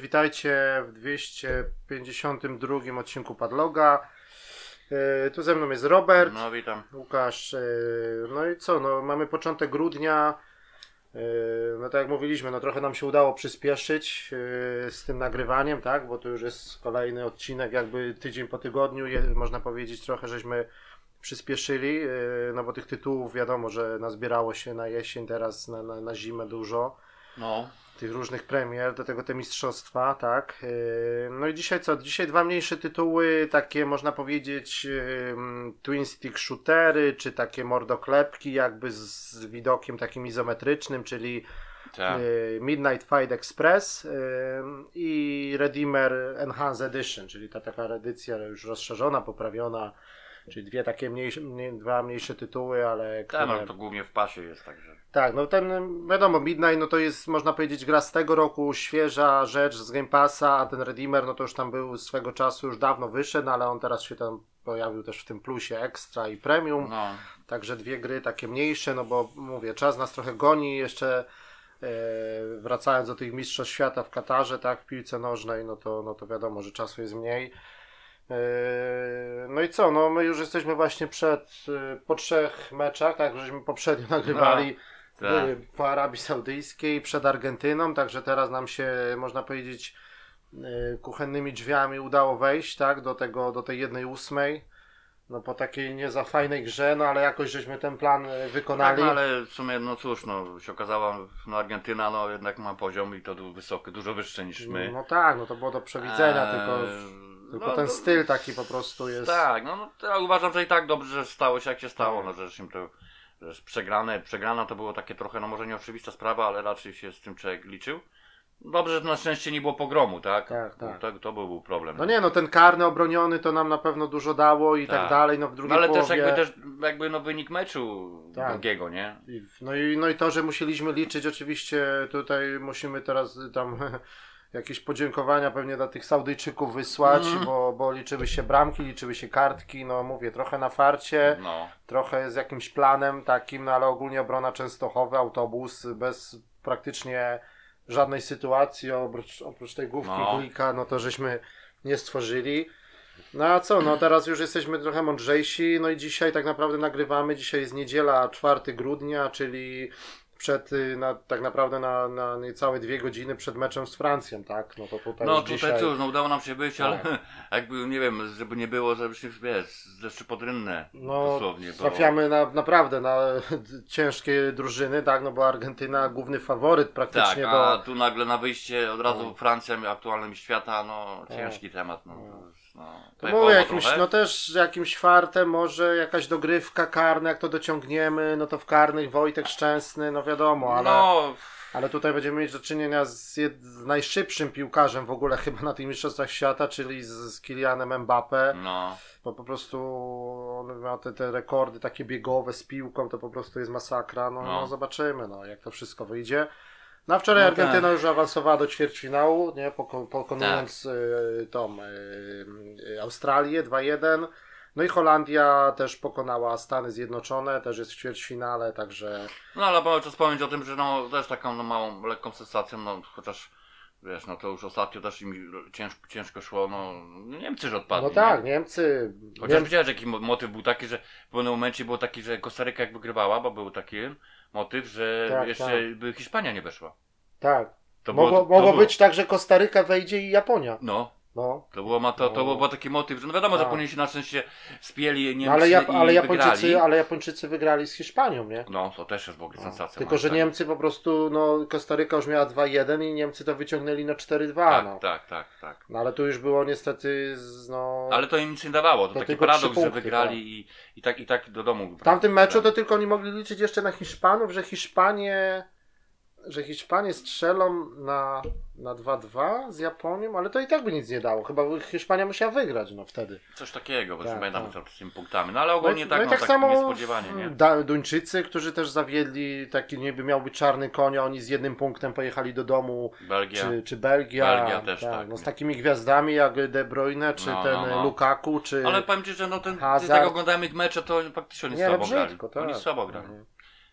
witajcie w 252 odcinku Padloga. Tu ze mną jest Robert. No, witam. Łukasz. No i co, no mamy początek grudnia. No tak jak mówiliśmy, no trochę nam się udało przyspieszyć z tym nagrywaniem, tak? Bo to już jest kolejny odcinek, jakby tydzień po tygodniu, można powiedzieć trochę, żeśmy przyspieszyli, no bo tych tytułów wiadomo, że nazbierało się na jesień, teraz na zimę dużo. No. Tych różnych premier, do tego te mistrzostwa, tak. No i dzisiaj co? Dzisiaj dwa mniejsze tytuły, takie można powiedzieć twin stick shootery, czy takie mordoklepki jakby z widokiem takim izometrycznym, czyli Tak. Midnight Fight Express i Redeemer Enhanced Edition, czyli ta taka edycja już rozszerzona, poprawiona, czyli dwa mniejsze tytuły, ale Tak, no to głównie w pasie jest, także. tak, no ten, wiadomo, Midnight, no to jest, można powiedzieć, gra z tego roku, świeża rzecz z Game Passa, a ten Redeemer, no to już tam był swego czasu, już dawno wyszedł, ale on teraz się tam pojawił też w tym plusie Extra i Premium, No. także dwie gry takie mniejsze, no bo mówię, czas nas trochę goni, jeszcze wracając do tych mistrzostw świata w Katarze, tak, w piłce nożnej, no to wiadomo, że czasu jest mniej. No i co, no my już jesteśmy właśnie po 3 meczach, tak, żeśmy poprzednio nagrywali. Tak. Były po Arabii Saudyjskiej, przed Argentyną, także teraz nam się, można powiedzieć, kuchennymi drzwiami udało wejść, tak, do tej 1/8. No po takiej nie za fajnej grze, no ale jakoś żeśmy ten plan wykonali. Tak, no, ale w sumie, no cóż, no się okazało, no Argentyna, no jednak ma poziom i to wysoki, dużo wyższy niż my. No tak, no to było do przewidzenia, tylko no, ten styl taki po prostu jest. Tak, no ja uważam, że i tak dobrze, że stało się jak się stało, no że im to, że przegrana to było takie trochę, no może nieoczywista sprawa, ale raczej się z tym człowiek liczył. Dobrze, że na szczęście nie było pogromu, tak? Tak. To był problem. No nie, no ten karny obroniony to nam na pewno dużo dało i tak dalej, no w drugiej ale połowie. też jakby no wynik meczu drugiego, nie? No i to, że musieliśmy liczyć, oczywiście tutaj musimy teraz tam jakieś podziękowania pewnie dla tych Saudyjczyków wysłać, bo liczyły się bramki, liczyły się kartki, no mówię, trochę na farcie, trochę z jakimś planem takim, no ale ogólnie obrona Częstochowy, autobus bez praktycznie żadnej sytuacji, oprócz tej główki Glika, no to żeśmy nie stworzyli. No a co, no teraz już jesteśmy trochę mądrzejsi, no i dzisiaj tak naprawdę nagrywamy, dzisiaj jest niedziela 4 grudnia, czyli tak naprawdę na niecałe 2 godziny przed meczem z Francją, tak? No to tutaj tutaj cóż, no udało nam się być, ale jakby nie wiem, żeby nie było, żebyśmy deszczy pod rynnę, dosłownie. Trafiamy naprawdę na ciężkie drużyny, tak? No bo Argentyna główny faworyt praktycznie. Tak, a tu nagle na wyjście od razu Francja, aktualny mistrz świata, no ciężki temat. To mówię, jakimś fartem, może jakaś dogrywka karna, jak to dociągniemy, no to w karnych Wojtek Szczęsny, no wiadomo, ale tutaj będziemy mieć do czynienia z najszybszym piłkarzem w ogóle chyba na tych mistrzostwach świata, czyli z Kylianem Mbappé. Bo po prostu on ma te rekordy takie biegowe z piłką, to po prostu jest masakra, no zobaczymy, jak to wszystko wyjdzie. No a wczoraj Argentyna już awansowała do ćwierćfinału, nie? Pokonując Australię 2-1. No i Holandia też pokonała Stany Zjednoczone, też jest w ćwierćfinale, także. No ale trzeba wspomnieć o tym, że też taką małą, lekką sensacją, chociaż wiesz, to już ostatnio też im ciężko szło, Niemcy że odpadli. No tak, Niemcy. Chociaż widziałeś, jaki motyw był taki, że w pewnym momencie było taki, że Kostaryka jak wygrywała, bo był taki motyw, że by Hiszpania nie weszła. Tak. Mogło być tak, że Kostaryka wejdzie i Japonia. To był taki motyw, że wiadomo, że powinien się na szczęście spieli Niemcy ale Japończycy wygrali z Hiszpanią, nie? No, to też jest w ogóle sensacja. Tylko, że Niemcy po prostu, Kostaryka już miała 2-1 i Niemcy to wyciągnęli 4-2. Tak. No ale tu już było niestety, Ale to im nic nie dawało, to taki paradoks, że wygrali i tak do domu. W tamtym meczu to tylko oni mogli liczyć jeszcze na Hiszpanów, że Hiszpanie strzelą na 2-2 z Japonią, ale to i tak by nic nie dało. Chyba Hiszpania musiała wygrać wtedy. Coś takiego, bo już pamiętam z tymi punktami. No ale ogólnie tak samo niespodziewanie, nie? Duńczycy, którzy też zawiedli, taki niby miał być czarny koń, a oni z 1 punktem pojechali do domu. Belgia. Czy Belgia. Belgia też, tak. Z takimi gwiazdami jak De Bruyne, czy Lukaku, czy ale powiem Ci, że Hazard. jak oglądałem ich mecze, to faktycznie oni słabo grali. Oni słabo grali.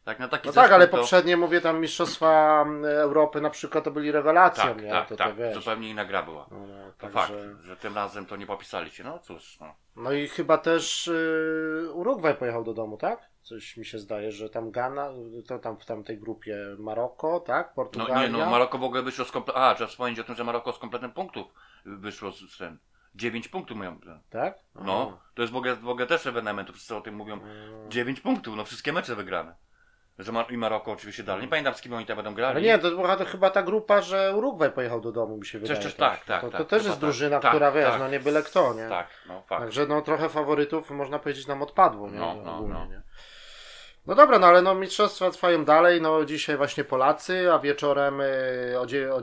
Tak, na taki No zespół tak, ale to... poprzednie, mówię, tam Mistrzostwa Europy na przykład to byli rewelacją, Tak, nie? tak, to tak, wiesz. zupełnie inna gra była. No, To także... fakt, że tym razem to nie popisali się, no cóż, no. No i chyba też Urugwaj pojechał do domu, tak? Coś mi się zdaje, że tam Ghana, to tam w tamtej grupie Maroko, tak? No Portugalia. nie, no Maroko w ogóle wyszło z kompletnym... A, trzeba wspomnieć o tym, że Maroko z kompletem punktów wyszło z ten... 9 punktów mają. Tak? No, to jest w ogóle też ewenement, wszyscy o tym mówią. 9 punktów, no wszystkie mecze wygrane. Że i Maroko oczywiście dalej. Nie pamiętam z kim oni tam będą grali. Ale nie, to była to chyba ta grupa, że Urugwaj pojechał do domu, mi się wydaje. Coś tak. To też jest tak, drużyna, tak, która wiesz, tak. no nie byle kto, nie? Tak, no fakt. Także no trochę faworytów, można powiedzieć, nam odpadło, nie? No. Ogólnie, nie? No dobra, no ale no mistrzostwa trwają dalej, no dzisiaj właśnie Polacy, a wieczorem o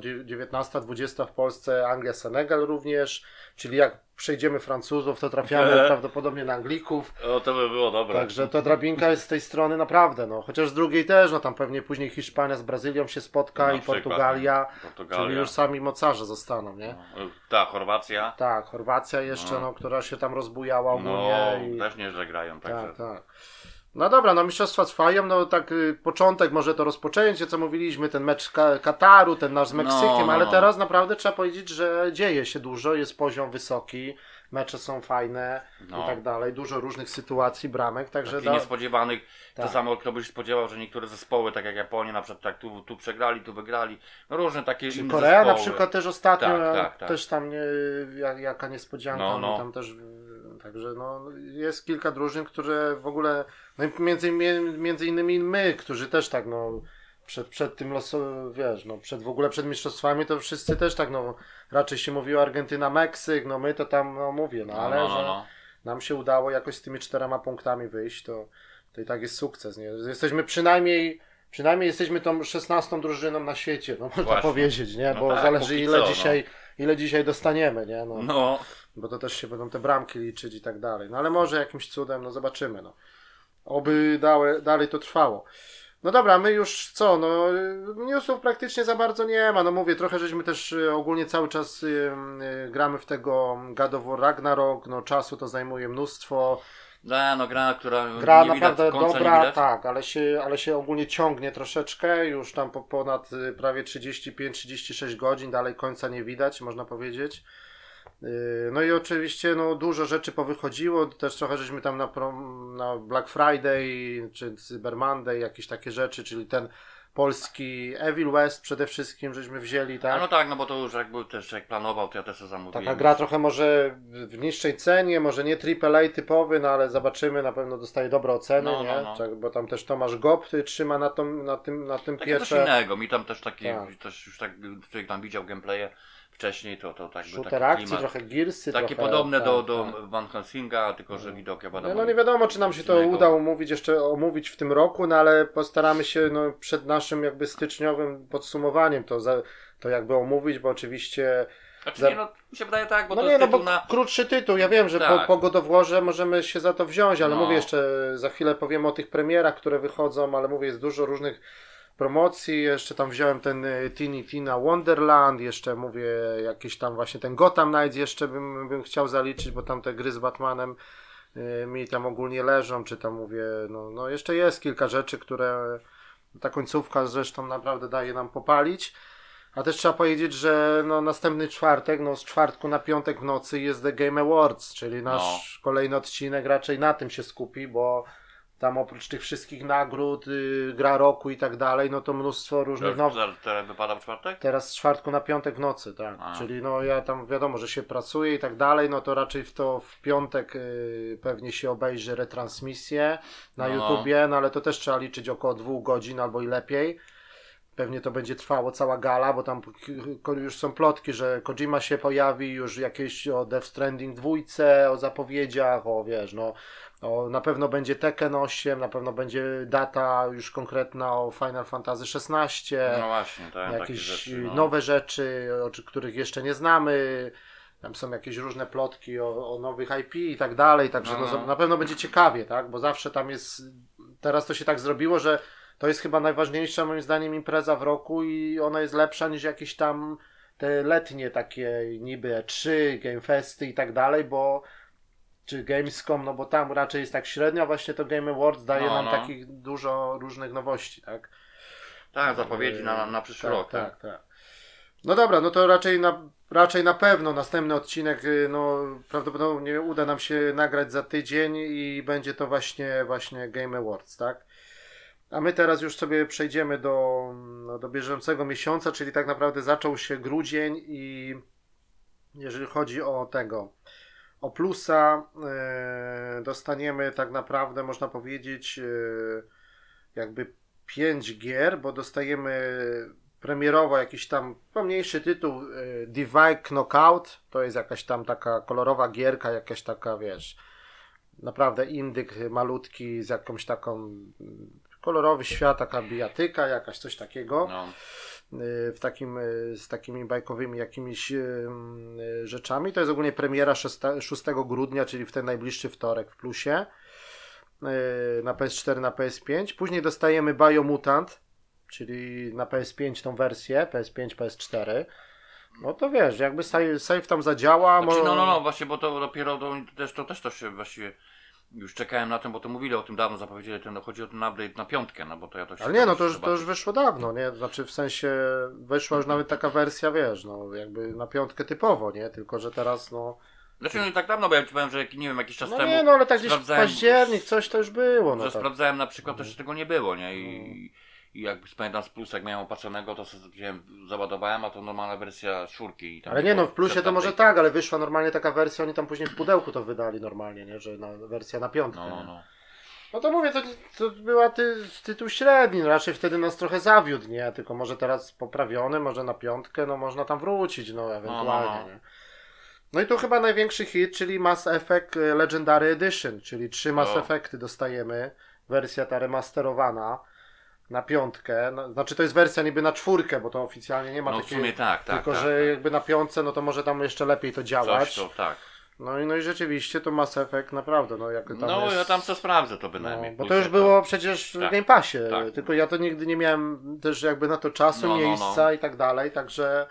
19:20 w Polsce Anglia-Senegal również, czyli jak przejdziemy Francuzów, to trafiamy prawdopodobnie na Anglików. O, to by było dobre. Także ta drabinka jest z tej strony naprawdę, no. Chociaż z drugiej też, no tam pewnie później Hiszpania z Brazylią się spotka i Portugalia, czyli już sami mocarze zostaną, nie? No, tak, Chorwacja. Tak, Chorwacja jeszcze, no, która się tam rozbujała ogólnie. No, też nieźle grają, także. Tak. No dobra, no mistrzostwa trwają, no tak początek, może to rozpoczęcie, co mówiliśmy, ten mecz Kataru, ten nasz z Meksykiem, ale teraz naprawdę trzeba powiedzieć, że dzieje się dużo, jest poziom wysoki, mecze są fajne i tak dalej, dużo różnych sytuacji, bramek, także... Niespodziewanych, to samo kto by się spodziewał, że niektóre zespoły, tak jak Japonia na przykład, tak tu przegrali, tu wygrali, no różne takie inne Korea zespoły. na przykład też ostatnio, tak. też tam jaka niespodzianka, no. Tam też... Także no, jest kilka drużyn, które w ogóle, no i między innymi my, którzy też tak no przed tym wiesz, no przed mistrzostwami to wszyscy też tak no raczej się mówiło Argentyna, Meksyk, no my to tam no mówię, no ale że nam się udało jakoś z tymi 4 punktami wyjść, to i tak jest sukces, nie? Jesteśmy przynajmniej jesteśmy tą 16 drużyną na świecie, no można powiedzieć, nie? Bo tak, zależy ile dzisiaj dostaniemy, nie? No. Bo to też się będą te bramki liczyć i tak dalej. No ale może jakimś cudem, no zobaczymy, no. Oby dalej to trwało. No dobra, my już co, no newsów praktycznie za bardzo nie ma, no mówię, trochę żeśmy też ogólnie cały czas gramy w tego God of War Ragnarok, no czasu to zajmuje mnóstwo. No, gra nie naprawdę dobra, tak, ale się ogólnie ciągnie troszeczkę, już tam ponad prawie 35-36 godzin, dalej końca nie widać, można powiedzieć. No i oczywiście no, dużo rzeczy powychodziło, też trochę żeśmy tam na Black Friday czy Cyber Monday, jakieś takie rzeczy, czyli ten polski Evil West przede wszystkim żeśmy wzięli, tak? A no tak, no bo to już jak planował, to ja też to zamówiłem. Taka gra trochę może w niższej cenie, może nie AAA typowy, no ale zobaczymy, na pewno dostaje dobre oceny, nie? Bo tam też Tomasz Gob trzyma na tym pieczę. Coś innego, mi tam też taki, też już tak, człowiek tam widział gameplaye wcześniej, to tak by shooter akcji, trochę Gearsy. Takie trochę, podobne do Van Helsinga, tylko że widok ja no nie wiadomo, czy nam się to uda omówić w tym roku, no ale postaramy się przed naszym jakby styczniowym podsumowaniem to jakby omówić, bo oczywiście... mi się wydaje tak, bo no to jest tytuł krótszy tytuł, ja wiem, że po God of Warze możemy się za to wziąć, ale mówię jeszcze, za chwilę powiem o tych premierach, które wychodzą, ale mówię, jest dużo różnych promocji, jeszcze tam wziąłem ten Tina Wonderland, jeszcze mówię jakiś tam właśnie ten Gotham Knights jeszcze bym chciał zaliczyć, bo tam te gry z Batmanem mi tam ogólnie leżą, czy tam mówię, no jeszcze jest kilka rzeczy, które ta końcówka zresztą naprawdę daje nam popalić, a też trzeba powiedzieć, że następny czwartek, z czwartku na piątek w nocy jest The Game Awards, czyli nasz kolejny odcinek raczej na tym się skupi, bo tam oprócz tych wszystkich nagród, gra roku i tak dalej, no to mnóstwo różnych nowych. Teraz wypada w czwartek? Teraz z czwartku na piątek w nocy, tak. Czyli ja tam wiadomo, że się pracuje i tak dalej, no to raczej w piątek pewnie się obejrzy retransmisję na YouTubie, ale to też trzeba liczyć około 2 godzin albo i lepiej. Pewnie to będzie trwało cała gala, bo tam już są plotki, że Kojima się pojawi, już jakieś o Death Stranding 2, o zapowiedziach, na pewno będzie Tekken 8, na pewno będzie data już konkretna o Final Fantasy 16. No właśnie, tak. Jakieś rzeczy, nowe rzeczy, o których jeszcze nie znamy. Tam są jakieś różne plotki o nowych IP i tak dalej, także na pewno będzie ciekawie, tak? Bo zawsze tam jest, teraz to się tak zrobiło, że to jest chyba najważniejsza moim zdaniem impreza w roku i ona jest lepsza niż jakieś tam te letnie takie niby E3, Gamefesty i tak dalej, bo czy Gamescom, no bo tam raczej jest tak średnio, a właśnie to Game Awards daje nam takich dużo różnych nowości, tak? Tak, zapowiedzi na przyszły rok. Tak. No dobra, no to raczej na pewno następny odcinek, no prawdopodobnie uda nam się nagrać za tydzień i będzie to właśnie Game Awards, tak? A my teraz już sobie przejdziemy do bieżącego miesiąca, czyli tak naprawdę zaczął się grudzień i jeżeli chodzi o plusa, dostaniemy tak naprawdę, można powiedzieć, jakby 5 gier, bo dostajemy premierowo jakiś tam pomniejszy tytuł, Divide Knockout, to jest jakaś tam taka kolorowa gierka, jakaś taka, wiesz, naprawdę indyk malutki z jakąś taką kolorowy świat, taka bijatyka, jakaś coś takiego. No. Z takimi bajkowymi jakimiś rzeczami. To jest ogólnie premiera 6 grudnia, czyli w ten najbliższy wtorek w plusie. Na PS4, na PS5. Później dostajemy Biomutant, czyli na PS5 tą wersję, PS5, PS4. No to wiesz, jakby save tam zadziała. Znaczy, no, właśnie, bo to dopiero to też się właściwie już czekałem na tym, bo to mówili o tym dawno, zapowiedzieli, chodzi o ten update na 5, no bo to ja to się... Ale nie, no to już wyszło dawno, nie? Znaczy w sensie wyszła już nawet taka wersja, wiesz, no jakby na 5 typowo, nie? Tylko, że teraz, no... Znaczy, no nie tak dawno, bo ja ci powiem, że nie wiem, jakiś czas temu... Nie, no ale tak gdzieś w październik coś to już było, no że tak. Sprawdzałem na przykład, też tego nie było, nie? I jak pamiętam z Plus, jak miałem opatrzonego, to sobie załadowałem, a to normalna wersja czwórki. Ale nie, no w Plusie to może tak, ale wyszła normalnie taka wersja, oni tam później w pudełku to wydali normalnie, nie? Że wersja na 5. No to mówię, to była tytuł średni, no raczej wtedy nas trochę zawiódł, nie? Tylko może teraz poprawiony, może na 5, no można tam wrócić, no ewentualnie, nie? No i tu chyba największy hit, czyli Mass Effect Legendary Edition, czyli 3 Mass Effecty dostajemy, wersja ta remasterowana na 5, no, znaczy to jest wersja niby na 4, bo to oficjalnie nie ma takiej... No w sumie tak. Tylko, że jakby na 5, no to może tam jeszcze lepiej to działać. Coś to, tak. No i rzeczywiście to Mass Effect naprawdę, no jak tam jest... ja tam co sprawdzę to bynajmniej. No, bo to już było przecież w Game Passie, tylko ja to nigdy nie miałem też jakby na to czasu, miejsca i tak dalej, także...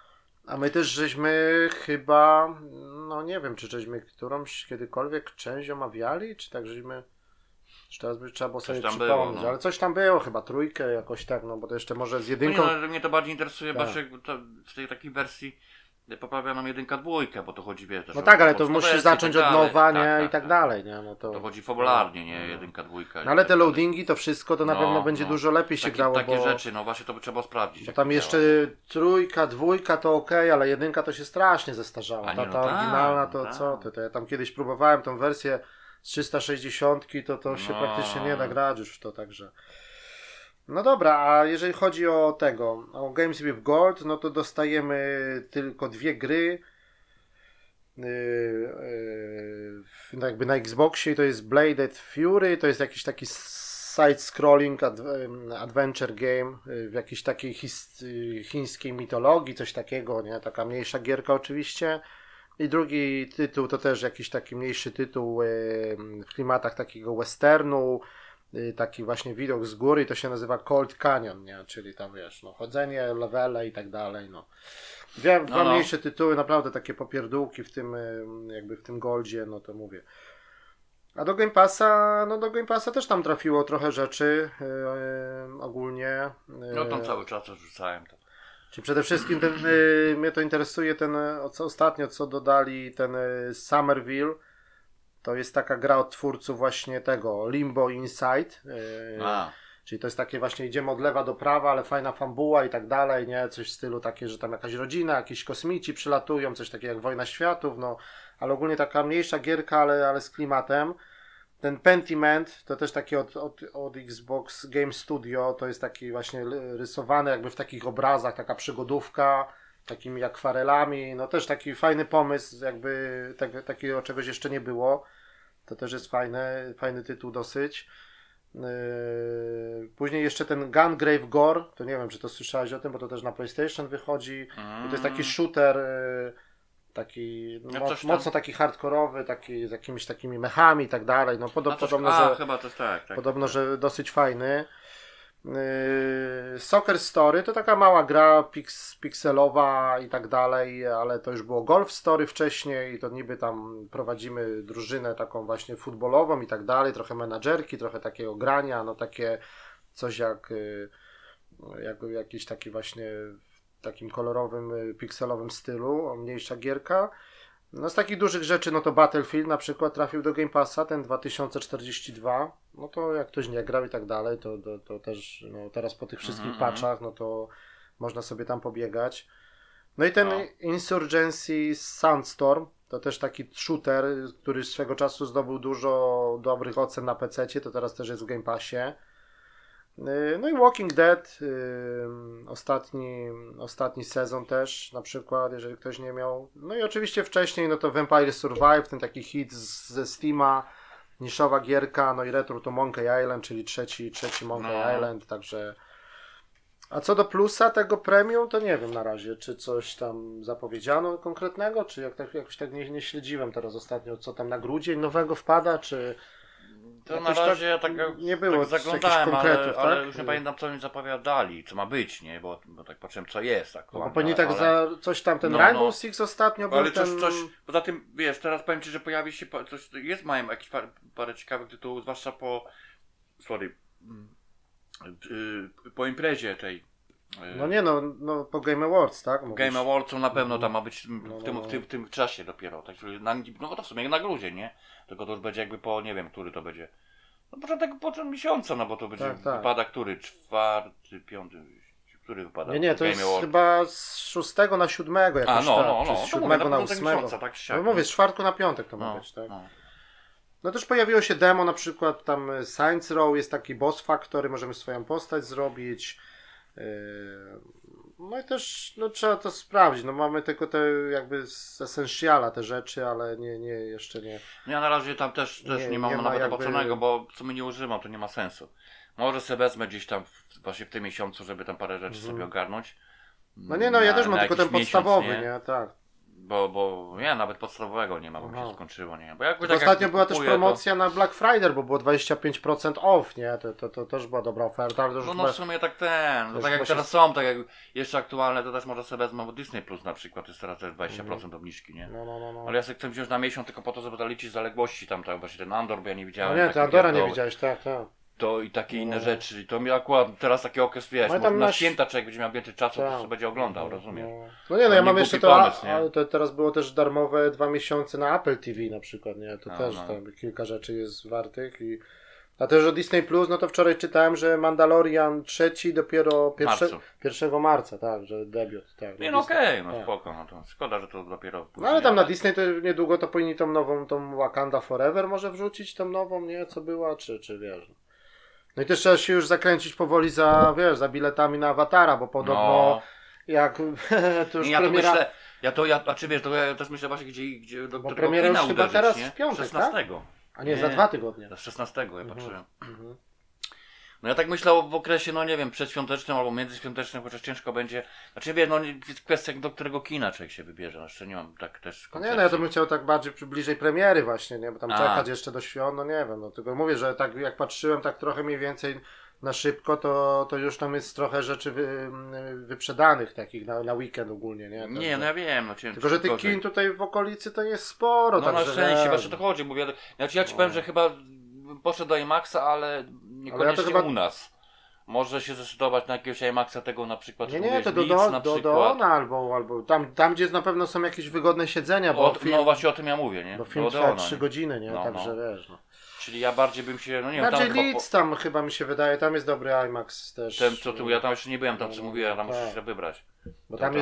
A my też żeśmy chyba, no nie wiem, czy żeśmy kiedykolwiek część omawiali, czy tak żeśmy... Czy teraz by trzeba było sobie przypomnieć, ale coś tam było, chyba 3 jakoś tak, no bo to jeszcze może z 1... No, mnie to bardziej interesuje, bo w tej takiej wersji poprawia nam 1, 2, bo to chodzi, wiesz... No tak, ale to musisz zacząć od nowa, nie? I tak dalej, nie? No to chodzi fabularnie, nie? 1, 2. No ale te loadingi, to wszystko, to na pewno będzie dużo lepiej się grało, takie rzeczy, no właśnie to trzeba sprawdzić. Bo tam jeszcze 3, 2 to okej, ale 1 to się strasznie zestarzała. Ta oryginalna to co? To ja tam kiedyś próbowałem tą wersję z 360, to się praktycznie nie da grać już w to, także... No dobra, a jeżeli chodzi o Games with Gold, no to dostajemy tylko 2 gry jakby na Xboxie, to jest Bladed Fury, to jest jakiś taki side-scrolling adventure game w jakiejś takiej chińskiej mitologii, coś takiego, nie? Taka mniejsza gierka oczywiście. I drugi tytuł to też jakiś taki mniejszy tytuł w klimatach takiego westernu, taki właśnie widok z góry, to się nazywa Cold Canyon, nie? Czyli tam wiesz, no chodzenie, levele i tak dalej, no. Dwa mniejsze tytuły, naprawdę takie popierdółki w tym Goldzie, no to mówię. A do Game Passa też tam trafiło trochę rzeczy ogólnie. No tam cały czas rzucałem to. Czyli przede wszystkim mnie to interesuje co dodali ten Somerville. To jest taka gra od twórców właśnie tego Limbo Inside. Czyli to jest takie właśnie idziemy od lewa do prawa, ale fajna fabuła i tak dalej, nie? Coś w stylu takie, że tam jakaś rodzina, jakieś kosmici przylatują, coś takiego jak Wojna Światów, no. Ale ogólnie taka mniejsza gierka, ale z klimatem. Ten Pentiment to też taki od Xbox Game Studio, to jest taki właśnie rysowany jakby w takich obrazach, taka przygodówka, takimi akwarelami, no też taki fajny pomysł, jakby takiego czegoś jeszcze nie było. To też jest fajny tytuł dosyć. Później jeszcze ten Gungrave Gore, to nie wiem, czy to słyszałeś o tym, bo to też na PlayStation wychodzi. To jest taki shooter, taki mocno taki hardkorowy, taki z jakimiś takimi mechami i tak dalej. No podobno, że chyba to tak. Podobno, że dosyć fajny. Soccer Story to taka mała gra pikselowa i tak dalej, ale to już było Golf Story wcześniej, to niby tam prowadzimy drużynę taką właśnie futbolową i tak dalej, trochę menadżerki, trochę takiego grania, no takie coś jak jakiś taki właśnie w takim kolorowym, pikselowym stylu, mniejsza gierka. No z takich dużych rzeczy, no to Battlefield na przykład trafił do Game Passa, ten 2042, no to jak ktoś nie grał i tak dalej, to też no teraz po tych wszystkich patchach, no to można sobie tam pobiegać. No i ten Insurgency Sandstorm, to też taki shooter, który swego czasu zdobył dużo dobrych ocen na PC-cie, to teraz też jest w Game Passie. No i Walking Dead, ostatni sezon też na przykład, jeżeli ktoś nie miał. No i oczywiście wcześniej, no to Vampire Survive, ten taki hit ze Steama, niszowa gierka, no i Return to Monkey Island, czyli trzeci Monkey Island, także... A co do plusa tego premium, to nie wiem na razie, czy coś tam zapowiedziano konkretnego, czy jakoś tak nie śledziłem teraz ostatnio, co tam na grudzień nowego wpada, czy... To na razie ja tak nie było tak zaglądałem, ale tak? już nie pamiętam, co mi zapowiadali, co ma być, nie? Bo tak patrzyłem, co jest aktualnie. Bo pewnie tak za coś tam, ten Rainbow Six ostatnio był ale ten... coś, poza tym, wiesz, teraz powiem Ci, że pojawi się coś, mają jakieś parę ciekawych tytułów, zwłaszcza po imprezie tej. No nie, no po Game Awards, tak? Mówisz? Game Awardsu na pewno tam ma być w tym czasie dopiero. Tak, no to w sumie na grudzień, nie? Tylko to już będzie jakby po, nie wiem, który to będzie. No początek miesiąca, no bo to będzie wypada który? 4., 5., który wypada? Nie, to jest chyba z 6 na 7 jakoś z 7 na 8. Miesiąca, tak, no mówię, z 4 na 5 to ma być, tak? No też pojawiło się demo, na przykład tam Saints Row, jest taki boss factory, możemy swoją postać zrobić. No i też no, trzeba to sprawdzić. No mamy tylko te jakby z Essentiala te rzeczy, ale jeszcze nie. No ja na razie tam też nie mam nawet opłaconego, bo co my nie używam, to nie ma sensu. Może sobie wezmę gdzieś tam właśnie w tym miesiącu, żeby tam parę rzeczy sobie ogarnąć. No nie, no ja też mam tylko ten podstawowy, nie? Tak. Bo ja nawet podstawowego nie mam, bo mi się skończyło, nie? Bo jakby tak ostatnio była też promocja na Black Friday, bo było 25% off, nie? To też była dobra oferta. Ale to no w sumie tak tak jak teraz są, tak jak jeszcze aktualne, to też może sobie wezmę, bo Disney Plus na przykład jest teraz też 20% obniżki, nie? No. Ale ja sobie chcę wziąć na miesiąc tylko po to, żeby zaliczyć zaległości tam, właśnie ten Andor, bo ja nie widziałem. No nie, ten Andora nie widziałeś, tak. To i takie inne rzeczy. To mi akurat teraz taki okres, wiesz, na święta człowiek będzie miał więcej czasu, to sobie będzie oglądał, rozumiesz? No nie, no ja mam jeszcze ale to teraz było też darmowe 2 miesiące na Apple TV na przykład, nie? To też tam kilka rzeczy jest wartych a też o Disney Plus, no to wczoraj czytałem, że Mandalorian 3 dopiero 1 marca, tak, że debiut, tak. Nie, no okej, spoko, no to szkoda, że to dopiero później. No ale tam na Disney to niedługo to powinni tą nową, tą Wakanda Forever może wrzucić, tą nową, nie? Co była, czy wiesz. No i też trzeba się już zakręcić powoli za biletami na Awatara, bo podobno jak to już premiera... Ja też myślę właśnie, gdzie do premiera już chyba teraz w piątek, 16. Tak? A nie, za 2 tygodnie. Za 16 ja patrzyłem. No ja tak myślę w okresie, no nie wiem, przedświątecznym albo międzyświątecznym, chociaż ciężko będzie. Znaczy wiem, no jest kwestia, do którego kina człowiek się wybierze. Jeszcze nie mam tak też koncepcji. No nie, no ja to bym chciał tak bardziej bliżej premiery właśnie, nie? Bo tam czekać jeszcze do świąt, no nie wiem. No tylko mówię, że tak jak patrzyłem tak trochę mniej więcej na szybko, to już tam jest trochę rzeczy wyprzedanych takich na weekend ogólnie, nie? Nie, no ja wiem. No tylko, że tych kin tutaj w okolicy to jest sporo. No na szczęście, właśnie to chodzi. Mówię, ja ci powiem, że chyba poszedł do IMAXa, ale niekoniecznie u nas. Może się zdecydować na jakiegoś IMAXa tego na przykład. Nie, to do Ona albo tam gdzie na pewno są jakieś wygodne siedzenia, bo no właśnie o tym ja mówię, nie? Bo film trwa 3 godziny, nie? Także wiesz, no. Czyli ja bardziej bym się, no nie wiem, tam Leeds tam chyba mi się wydaje, tam jest dobry IMAX też. Ja tam jeszcze nie byłem, tam co mówiłem, tam muszę się wybrać. Bo tam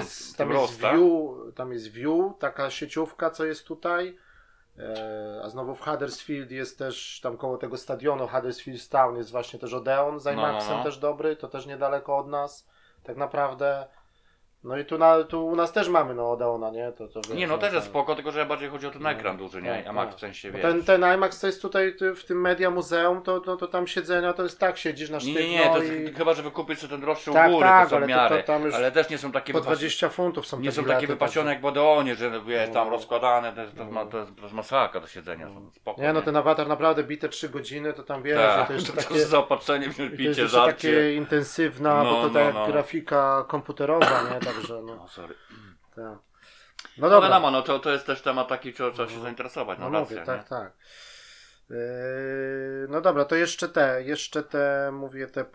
jest View, taka sieciówka, co jest tutaj. A znowu w Huddersfield jest też tam koło tego stadionu Huddersfield Town jest właśnie też Odeon z IMAXem też dobry, to też niedaleko od nas tak naprawdę. No i tu u nas też mamy no Odeona, nie? To wiesz, Nie, no też jest spoko, tylko że bardziej chodzi o ten ekran duży, nie? tak, IMAX tak. w sensie, Bo wiesz. ten IMAX, co jest tutaj w tym Media Muzeum, to tam siedzenia, to jest tak, siedzisz na sztywno Nie, to i... jest, chyba żeby kupić sobie ten droższy Tak, u góry, tak, to są ale w miarę, tam już ale też nie są takie po 20 funtów są nie te są bilety, takie wypasione jak w Odeonie, że wiesz, tam rozkładane, to jest masakra do siedzenia, są spoko. Nie, no ten Awatar naprawdę bite 3 godziny, to tam wiesz, tak, że to jeszcze to takie... jest zaopatrzenie w I to jest picie, jeszcze żarcie. takie intensywna, No, bo to no, tak no. jak grafika komputerowa, nie? Także no. O, sorry. Tak. No No dobra. wiadomo, no to jest też temat taki, czego trzeba się zainteresować, no No racja, mówię, tak, nie? tak. No dobra, to jeszcze te, mówię, te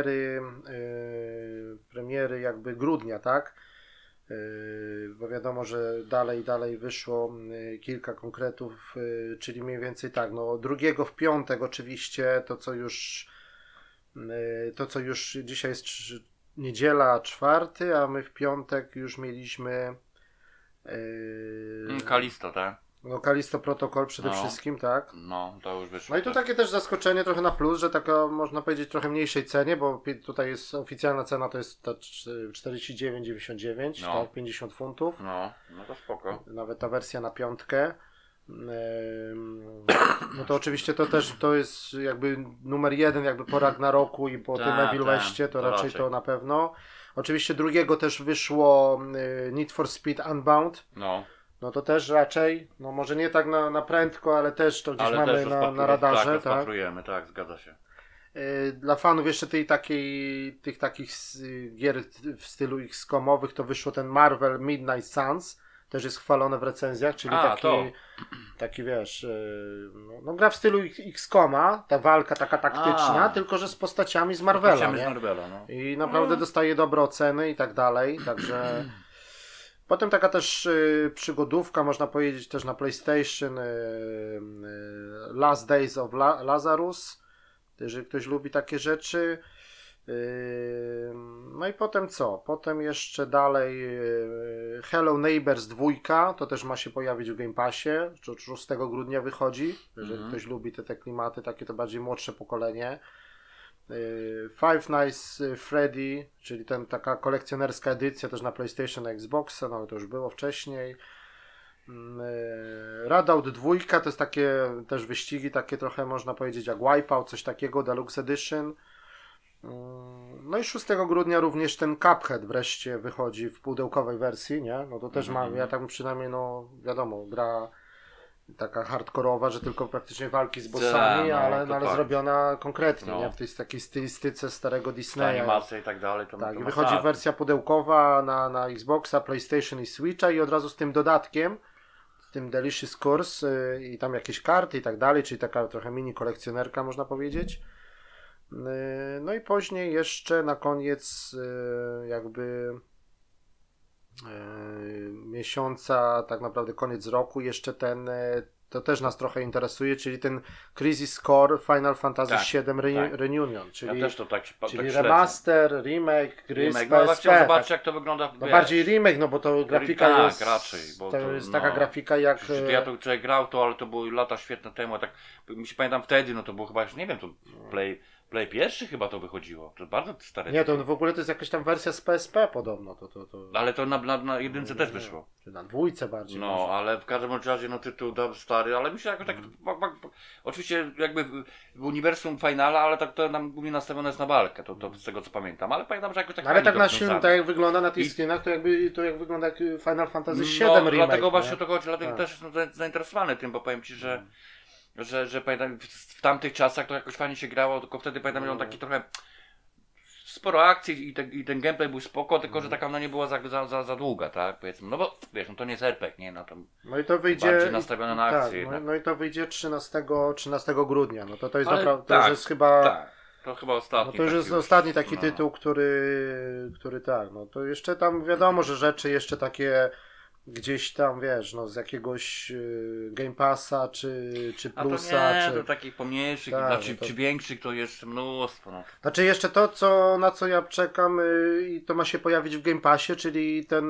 premiery jakby grudnia, tak? Bo wiadomo, że dalej wyszło kilka konkretów, czyli mniej więcej tak, no drugiego w piątek oczywiście, to co już dzisiaj jest niedziela 4, a my w piątek już mieliśmy Kalisto, tak? no Kalisto Protocol przede No. wszystkim, tak? No, to już wyszło. No i tu takie też zaskoczenie trochę na plus, że taka można powiedzieć trochę mniejszej cenie, bo tutaj jest oficjalna cena to jest ta 49,99, No. tak? 50 funtów. No to spoko. Nawet ta wersja na piątkę. No to oczywiście to jest jakby numer 1 jakby po Ragnaroku i po tym Evil Westie, to raczej to na pewno. Oczywiście drugiego też wyszło Need for Speed Unbound. No to też raczej, no może nie tak na prędko, ale też to gdzieś mamy też na radarze. Tak, tak? rozpatrujemy, tak, zgadza się. Dla fanów jeszcze tych takich gier w stylu XCOM-owych to wyszło ten Marvel Midnight Suns, też jest chwalone w recenzjach, czyli taki wiesz, no gra w stylu XCOM-a, ta walka taka taktyczna, tylko że z postaciami z Marvela, nie? No. I naprawdę dostaje dobre oceny i tak dalej, także... Potem taka też przygodówka, można powiedzieć też na PlayStation, Last Days of Lazarus, jeżeli ktoś lubi takie rzeczy. No i potem co? Potem jeszcze dalej Hello Neighbors 2, to też ma się pojawić w Game Passie, 6 grudnia wychodzi, jeżeli ktoś lubi te klimaty, takie to bardziej młodsze pokolenie. Five Nights Freddy, czyli taka kolekcjonerska edycja też na PlayStation, na Xboxa, no ale to już było wcześniej. Redout 2 to jest takie też wyścigi, takie trochę można powiedzieć jak Wipeout, coś takiego, Deluxe Edition. No i 6 grudnia również ten Cuphead wreszcie wychodzi w pudełkowej wersji, nie? No to też mam, ja tam przynajmniej, no wiadomo, gra taka hardkorowa, że tylko praktycznie walki z bossami, ale zrobiona konkretnie, nie? W tej takiej stylistyce starego Disneya. Animacja i tak dalej. Tak, i wychodzi wersja pudełkowa na Xboxa, PlayStation i Switcha i od razu z tym dodatkiem, z tym Delicious Course i tam jakieś karty i tak dalej, czyli taka trochę mini kolekcjonerka można powiedzieć. No i później jeszcze na koniec jakby miesiąca, tak naprawdę koniec roku, jeszcze to też nas trochę interesuje, czyli ten Crisis Core Final Fantasy VII Reunion, czyli, ja też to tak remaster, remake, gry z PSP. PSP. Chciałem zobaczyć jak to wygląda. No bardziej remake, no bo to grafika jest raczej, bo to jest taka grafika jak... Ja to człowiek grał to, ale to były lata świetne temu, tak mi się pamiętam wtedy, no to było chyba już, nie wiem, to Play pierwszy chyba to wychodziło. To bardzo stare. Nie, to w ogóle to jest jakaś tam wersja z PSP podobno. Ale to na jedynce też wyszło. Czy na dwójce bardziej. No, może. ale w każdym razie no tytuł stary, ale mi się jakoś tak... Oczywiście jakby w uniwersum Finala, ale tak to nam głównie nastawione jest na walkę, to z tego co pamiętam. Ale pamiętam, że jakoś tak... Ale tak na silnym, tak jak wygląda na tych skinach, to jak wygląda jak Final Fantasy VII remake. Dlatego właśnie o to chodzi, dlatego też jestem zainteresowany tym, bo powiem Ci, że pamiętam, w tamtych czasach to jakoś fajnie się grało, tylko wtedy pamiętam, że on taki trochę sporo akcji i ten gameplay był spoko, tylko że taka nie była za długa, tak, powiedzmy, no bo wiesz, no to nie jest RPG, nie, no to no i to wyjdzie bardziej nastawione na akcję. Tak, no i to wyjdzie 13 grudnia, no to jest ale naprawdę, to już jest chyba... Tak, to chyba ostatni. No to już jest ostatni taki tytuł, który tak, no to jeszcze tam wiadomo, że rzeczy jeszcze takie gdzieś tam, wiesz, no z jakiegoś Game Passa, czy Plusa, a to nie, to takich pomniejszych, czy większych to jest mnóstwo. No. Znaczy jeszcze na co ja czekam i to ma się pojawić w Game Passie, czyli ten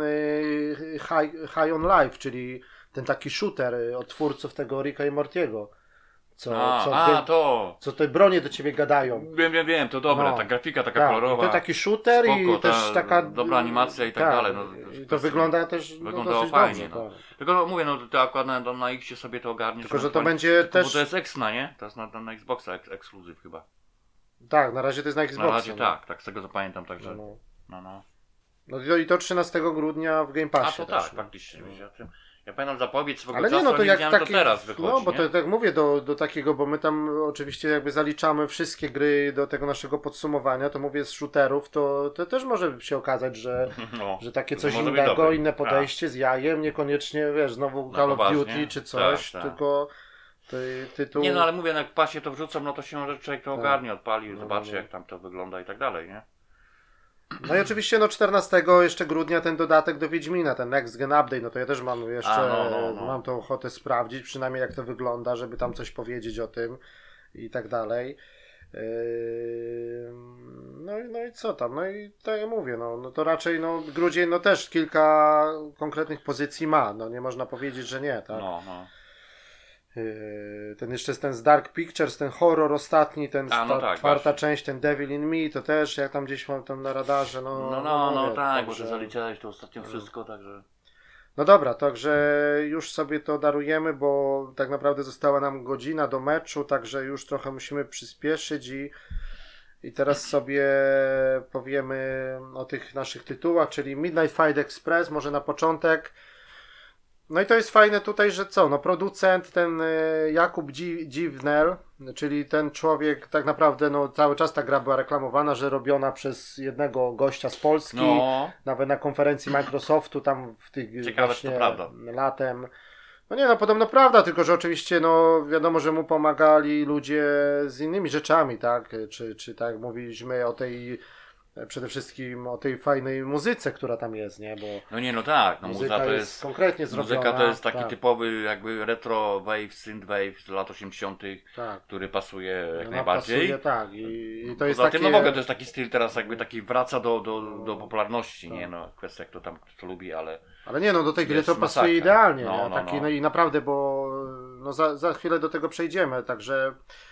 High on Life, czyli ten taki shooter od twórców tego Ricka i Mortiego. Co te bronie do ciebie gadają. Wiem, to dobre, ta grafika taka kolorowa. To taki shooter spoko, i też taka... dobra animacja i tak dalej. No, to wygląda też wyglądało fajnie. Dobrze, tak. Tylko mówię, to akurat na X sobie to ogarniesz. Tylko, że to będzie też... Bo to jest Exna, nie? To jest na Xboxa ekskluzyw chyba. Tak, na razie to jest na Xboxa. Na razie tak, z tego co pamiętam, także... No i to 13 grudnia w Game Passie. A to też, tak, faktycznie. Ja pamiętam zapowiedź swego ale czasu, nie, no to jak widziałem, taki, to teraz wychodzi. No, bo nie? to tak mówię do takiego, bo my tam oczywiście jakby zaliczamy wszystkie gry do tego naszego podsumowania, to mówię z shooterów, to też może się okazać, że takie coś innego, inne podejście z jajem, niekoniecznie, wiesz, znowu Call of Duty czy coś, tylko tytuł... Nie, no ale mówię, jak w pasie to wrzucam, no to się może człowiek to ogarnie, odpali, zobaczy jak tam to wygląda i tak dalej, nie? No i oczywiście 14 jeszcze grudnia ten dodatek do Wiedźmina, ten Next Gen Update, no to ja też mam jeszcze, mam tą ochotę sprawdzić, przynajmniej jak to wygląda, żeby tam coś powiedzieć o tym i tak dalej. No i co tam, no i tak jak mówię, no to raczej grudzień też kilka konkretnych pozycji ma, nie można powiedzieć, że nie, tak? Ten jeszcze jest ten z Dark Pictures, ten horror ostatni, czwarta część, ten Devil in Me, to też jak tam gdzieś mam tam na radarze, tak, bo ty zaliczałeś to ostatnio wszystko, także... No dobra, także już sobie to darujemy, bo tak naprawdę została nam godzina do meczu, także już trochę musimy przyspieszyć i teraz sobie powiemy o tych naszych tytułach, czyli Midnight Fight Express, może na początek. No i to jest fajne tutaj, że producent ten Jakub Dziwnel, czyli ten człowiek, tak naprawdę cały czas ta gra była reklamowana, że robiona przez jednego gościa z Polski, nawet na konferencji Microsoftu tam w tych ciekawe, właśnie to prawda. Latem. Podobno prawda, tylko że oczywiście wiadomo, że mu pomagali ludzie z innymi rzeczami, tak, czy tak jak mówiliśmy o tej... Przede wszystkim o tej fajnej muzyce, która tam jest, nie? Bo muzyka to jest konkretnie zrobiona. Muzyka to jest taki typowy jakby retro wave, synthwave z lat 80., który pasuje jak najbardziej. Pasuje, tak. I to jest takie... w ogóle to jest taki styl teraz jakby taki wraca do popularności, nie? Kwestia jak to tam kto lubi, ale... Ale nie, do tej gry to pasuje idealnie, i naprawdę, bo za chwilę do tego przejdziemy, także...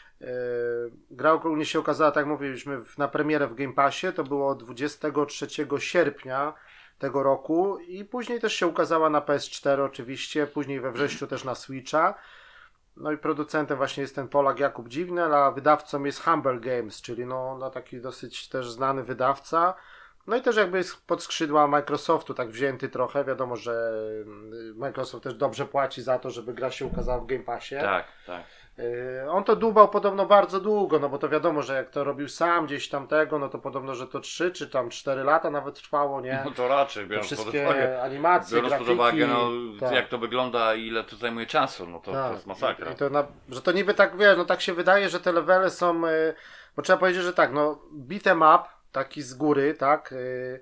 Gra ogólnie się okazała, tak mówiliśmy, na premierę w Game Passie, to było 23 sierpnia tego roku i później też się ukazała na PS4 oczywiście, później we wrześniu też na Switcha. No i producentem właśnie jest ten Polak Jakub Dziwnel, a wydawcą jest Humble Games, czyli taki dosyć też znany wydawca. No i też jakby jest pod skrzydła Microsoftu tak wzięty trochę, wiadomo, że Microsoft też dobrze płaci za to, żeby gra się ukazała w Game Passie. Tak. On to dłubał podobno bardzo długo, bo to wiadomo, że jak to robił sam gdzieś tamtego, to podobno, że to 3 czy tam 4 lata nawet trwało, nie? No to raczej, biorąc wszystkie pod uwagę, animacje, grafiki, pod uwagę, jak to wygląda i ile to zajmuje czasu, to jest masakra. Że to niby tak, wiesz, tak się wydaje, że te levele są, bo trzeba powiedzieć, że tak, beat'em up, taki z góry, tak,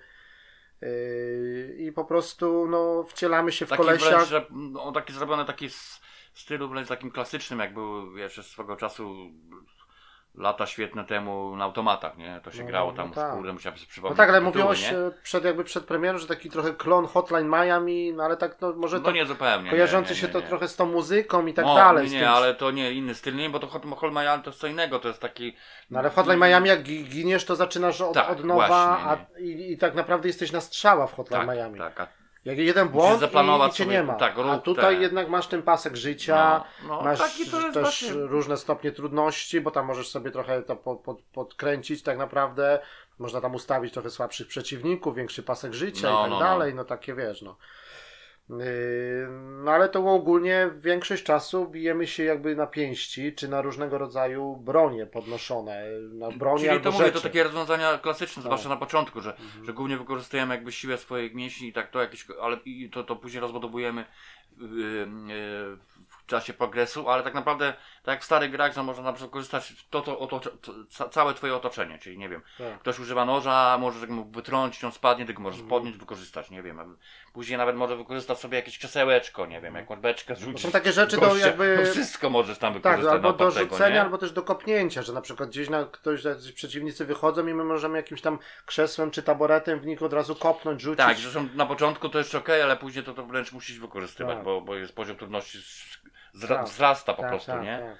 i po prostu, wcielamy się w kolesia. Wręcz, że on taki zrobiony, taki stylu wręcz takim klasycznym, jak był jeszcze swego czasu lata świetne temu na automatach, nie? To się grało tam, musiałem sobie przypomnieć. Ale mówiłeś przed premierą, że taki trochę klon Hotline Miami, ale tak może to nie zupełnie. Kojarzący się to trochę z tą muzyką i tak dalej. Ale to nie inny styl, nie, bo to Hotline Miami to jest co innego, to jest taki... Ale w Hotline Miami jak giniesz, to zaczynasz od nowa, właśnie, i tak naprawdę jesteś na strzała w Hotline Miami. Jak jeden błąd i cię nie ma. A tutaj jednak masz ten pasek życia, masz też właśnie różne stopnie trudności, bo tam możesz sobie trochę to podkręcić tak naprawdę. Można tam ustawić trochę słabszych przeciwników, większy pasek życia i tak dalej. Takie wiesz, ale to ogólnie większość czasu bijemy się jakby na pięści, czy na różnego rodzaju bronie podnoszone. Na broni czyli to rzeczy. Mówię, to takie rozwiązania klasyczne, zwłaszcza na początku, że głównie wykorzystujemy jakby siłę swoich mięśni i tak to jakieś, ale to później rozbudowujemy w czasie progresu, ale tak naprawdę, tak jak w starych grach, że można na przykład korzystać całe twoje otoczenie, czyli nie wiem, ktoś używa noża, możesz mu wytrącić, on spadnie, tylko możesz podnieść, wykorzystać, nie wiem, później nawet może wykorzystać sobie jakieś krzesełeczko, nie wiem, jakąś beczkę zrzucić. Są takie rzeczy gościa, do jakby... wszystko możesz tam wykorzystać. Albo do rzucenia, albo też do kopnięcia, że na przykład gdzieś przeciwnicy wychodzą i my możemy jakimś tam krzesłem czy taboretem w nich od razu kopnąć, rzucić. Tak, zresztą na początku to jeszcze okej, ale później to wręcz musisz wykorzystywać, bo jest poziom trudności wzrasta po prostu, nie?